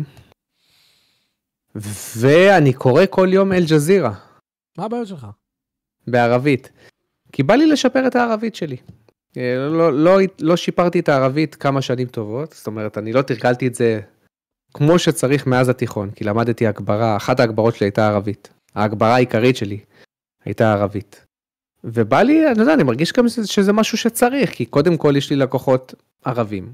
ואני קורא כל יום אל ג'זירה. מה הבעיות שלך? בערבית, כי בא לי לשפר את הערבית שלי. לא, לא, לא שיפרתי את הערבית כמה שנים טובות, זאת אומרת, אני לא תרגלתי את זה כמו שצריך מאז התיכון, כי למדתי הגברה, אחת ההגברות שלי הייתה ערבית. ההגברה העיקרית שלי הייתה ערבית. ובא לי, אני יודע, אני מרגיש גם שזה משהו שצריך, כי קודם כל יש לי לקוחות ערבים.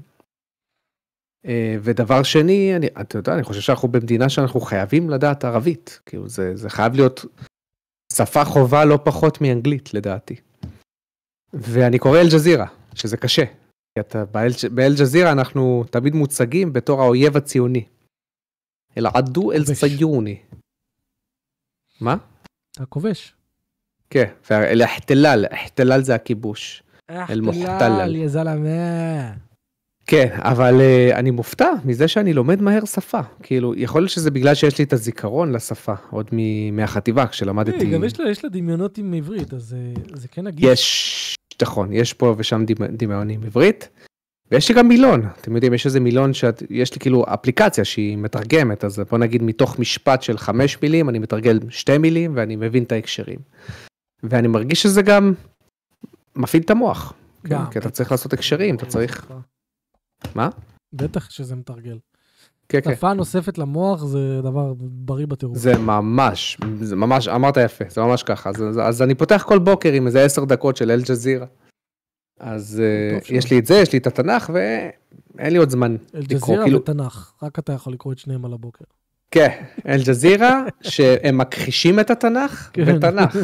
ודבר שני, אני, אתה יודע, אני חושב שאנחנו במדינה שאנחנו חייבים לדעת ערבית. כאילו זה, זה חייב להיות שפה חובה לא פחות מאנגלית, לדעתי. ואני קורא אל-ג'זירה, שזה קשה. כי אתה, באל-ג'זירה אנחנו תמיד מוצגים בתור האויב הציוני. אל-עדו אל-ציוני. מה? אתה כובש. כן, ואל-החתלל, החתלל זה הכיבוש. החתלל, יא זלמה. כן, אבל uh, אני מופתע מזה שאני לומד מהר שפה. כאילו, יכול להיות שזה בגלל שיש לי את הזיכרון לשפה, עוד מ- מהחטיבה, כשלמדתי... גם יש לה, יש לה דמיונות עם עברית, אז זה כן נגיד. יש, נכון, יש פה ושם דמיונים עם עברית, ויש לי גם מילון. אתם יודעים, יש איזה מילון שיש לי כאילו אפליקציה שהיא מתרגמת, אז בוא נגיד מתוך משפט של חמש מילים, אני מתרגל שתי מילים, ואני מבין את ההקשרים. ואני מרגיש שזה גם מפעיל את המוח. כן, כי אתה צריך לעשות הקשרים, אתה צריך... מה? בטח שזה מתרגל. כן, כן. שפה נוספת למוח זה דבר בריא בטירוף. זה ממש, זה ממש, אמרת יפה, זה ממש ככה. אז, אז אני פותח כל בוקר עם איזה עשר דקות של אל-ג'זירה. אז יש לי את זה, יש לי את התנ"ך, ואין לי עוד זמן לקרוא. אל-ג'זירה ותנ"ך, רק אתה יכול לקרוא את שניהם על הבוקר. כן, אל-ג'זירה, שהם מכחישים את התנ"ך, ותנ"ך.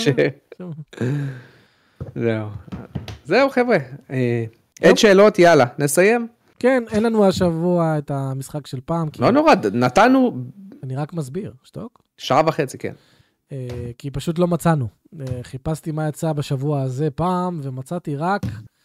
זהו. זהו, חבר'ה. אין שאלות, יאללה, נסיים. כן, אין לנו השבוע את המשחק של פעם. לא נורא, נתנו... אני רק מסביר, שתוק? שעה וחצי, כן. כי פשוט לא מצאנו. חיפשתי מה יצא בשבוע הזה פעם, ומצאתי רק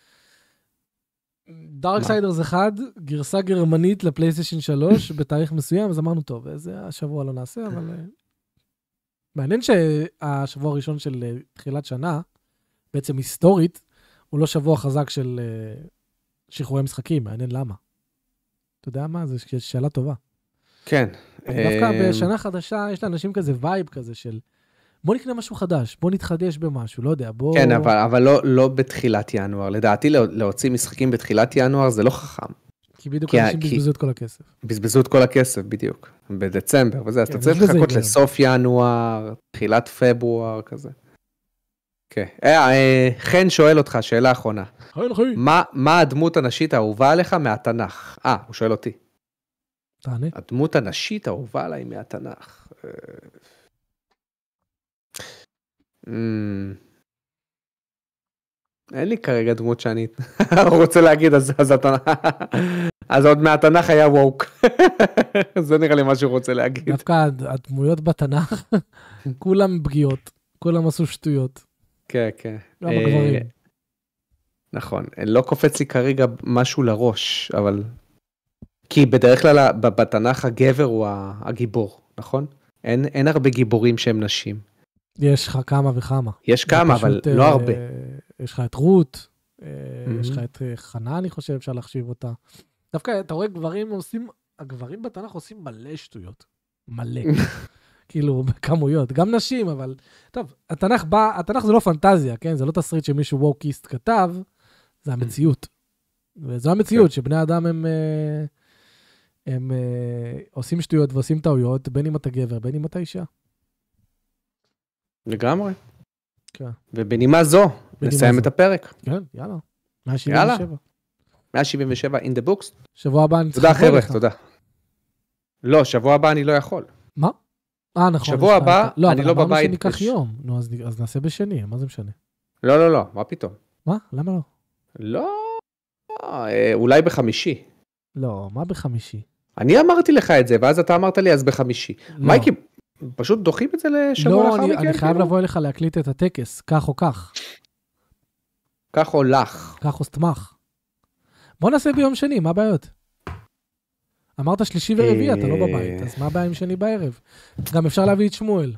דארקסיידרס אחד, גרסה גרמנית לפלייסטיישן שלוש, בתאריך מסוים, אז אמרנו, טוב, איזה השבוע לא נעשה, אבל... מעניין שהשבוע הראשון של תחילת שנה, בעצם היסטורית, הוא לא שבוע חזק של שחרורי משחקים, מעניין למה. אתה יודע מה? זו שאלה טובה. כן. דווקא בשנה חדשה יש לאנשים כזה וייב כזה של, בוא נקנה משהו חדש, בוא נתחדש במשהו, לא יודע, בוא... כן, אבל, אבל לא, לא בתחילת ינואר. לדעתי להוציא משחקים בתחילת ינואר זה לא חכם. כי בדיוק אנשים בזבזו את כל הכסף. בזבזו את כל הכסף, בדיוק. בדצמבר וזה, אז אתה צריך לחכות לסוף ינואר, תחילת פברואר, כזה. כן. חן שואל אותך, שאלה אחרונה. מה הדמות הנשית האהובה עליך מהתנ"ך? אה, הוא שואל אותי. תענה. הדמות הנשית האהובה עליי מהתנ"ך. אין לי כרגע דמות שאני רוצה להגיד, אז עוד מהתנ"ך היה ווק. זה נראה לי מה שהוא רוצה להגיד. דווקא הדמויות בתנ"ך, כולם פגיעות, כולם עשו שטויות. כן, כן. גם הגברים. נכון, לא קופץ לי כרגע משהו לראש, אבל... כי בדרך כלל בתנ"ך הגבר הוא הגיבור, נכון? אין, אין הרבה גיבורים שהם נשים. יש לך כמה וכמה. יש כמה, אבל לא הרבה. יש לך את רות, יש לך את חנה, אני חושב, אפשר להחשיב אותה. דווקא אתה רואה גברים עושים, הגברים בתנ"ך עושים מלא שטויות. מלא. כאילו, בכמויות. גם נשים, אבל... טוב, התנ"ך בא, התנ"ך זה לא פנטזיה, כן? זה לא תסריט שמישהו ווקיסט כתב, זה המציאות. וזו המציאות, שבני אדם הם... הם עושים שטויות ועושים טעויות, בין אם אתה גבר, בין אם אתה אישה. לגמרי. כן. ובנימה זו, נסיים את הפרק. כן, יאללה. מאה שבעים ושבע. מאה שבעים ושבע in the books. שבוע הבא אני צריך לבוא לך. תודה חבר'ה, תודה. לא, שבוע הבא אני לא יכול. מה? אה, נכון. שבוע הבא אני לא בבית. לא, אבל אמרנו שניקח יום. נו, אז נעשה בשני, מה זה משנה? לא, לא, לא, מה פתאום? מה? למה לא? לא, אולי בחמישי. לא, מה בחמישי? אני אמרתי לך את זה, ואז אתה אמרת לי, אז בחמישי. מייקי, פשוט דוחים את זה לשבוע לאחר מכן? לא, אני חייב לבוא אליך להקליט את הטקס, כך או כך. כך או לך. כך או סתמך. בוא נעשה ביום שני, מה הבעיות? אמרת שלישי ורביעי, אתה לא בבית, אז מה הבעיה עם שני בערב? גם אפשר להביא את שמואל.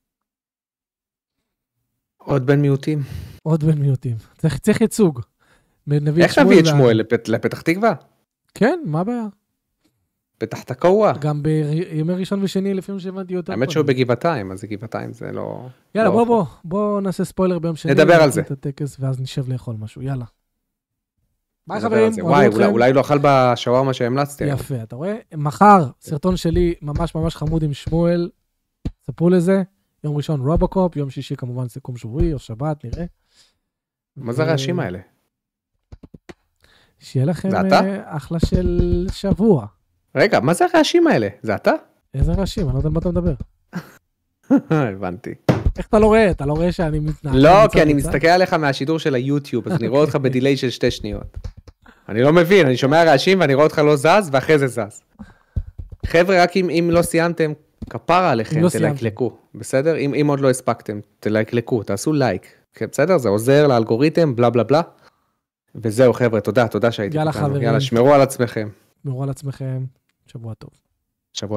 עוד בן מיעוטים. עוד בן מיעוטים. צריך ייצוג. איך נביא את שמואל? לפתח תקווה? כן, מה הבעיה? פתח תקווה. גם בימי ראשון ושני, לפעמים שהבנתי יותר. האמת שהוא בגבעתיים, אז גבעתיים זה לא... יאללה, בוא, בוא, בוא נעשה ספוילר ביום שני. נדבר על זה. את הטקס, ואז נשב לאכול משהו, יאללה. ביי חברים, וואי, אולי לא אכל בשווארמה שהמלצתי. יפה, אתה רואה? מחר, סרטון שלי ממש ממש חמוד עם שמואל, ספרו לזה, יום ראשון רובוקופ, יום שישי כמובן סיכום שבועי, או שבת, נראה. מה זה הרעשים האלה? שיהיה לכם אחלה של שבוע. רגע, מה זה הרעשים האלה? זה אתה? איזה רעשים? אני לא יודע על מה אתה מדבר. הבנתי. איך אתה לא רואה? אתה לא רואה שאני מתנהג? לא, כי אני מסתכל עליך מהשידור של היוטיוב, אז אני רואה אותך בדיליי של שתי שניות. אני לא מבין, אני שומע רעשים ואני רואה אותך לא זז, ואחרי זה זז. חבר'ה, רק אם לא סיימתם, כפרה עליכם, תלהקלקו, בסדר? אם עוד לא הספקתם, תלהקלקו, תעשו לייק, בסדר? זה עוזר לאלגוריתם, בלה בלה בלה. וזהו חבר'ה, תודה, תודה שהייתי. יאללה חברים. יאללה, שמרו על עצמכם. שמרו על עצמכם, שבוע טוב.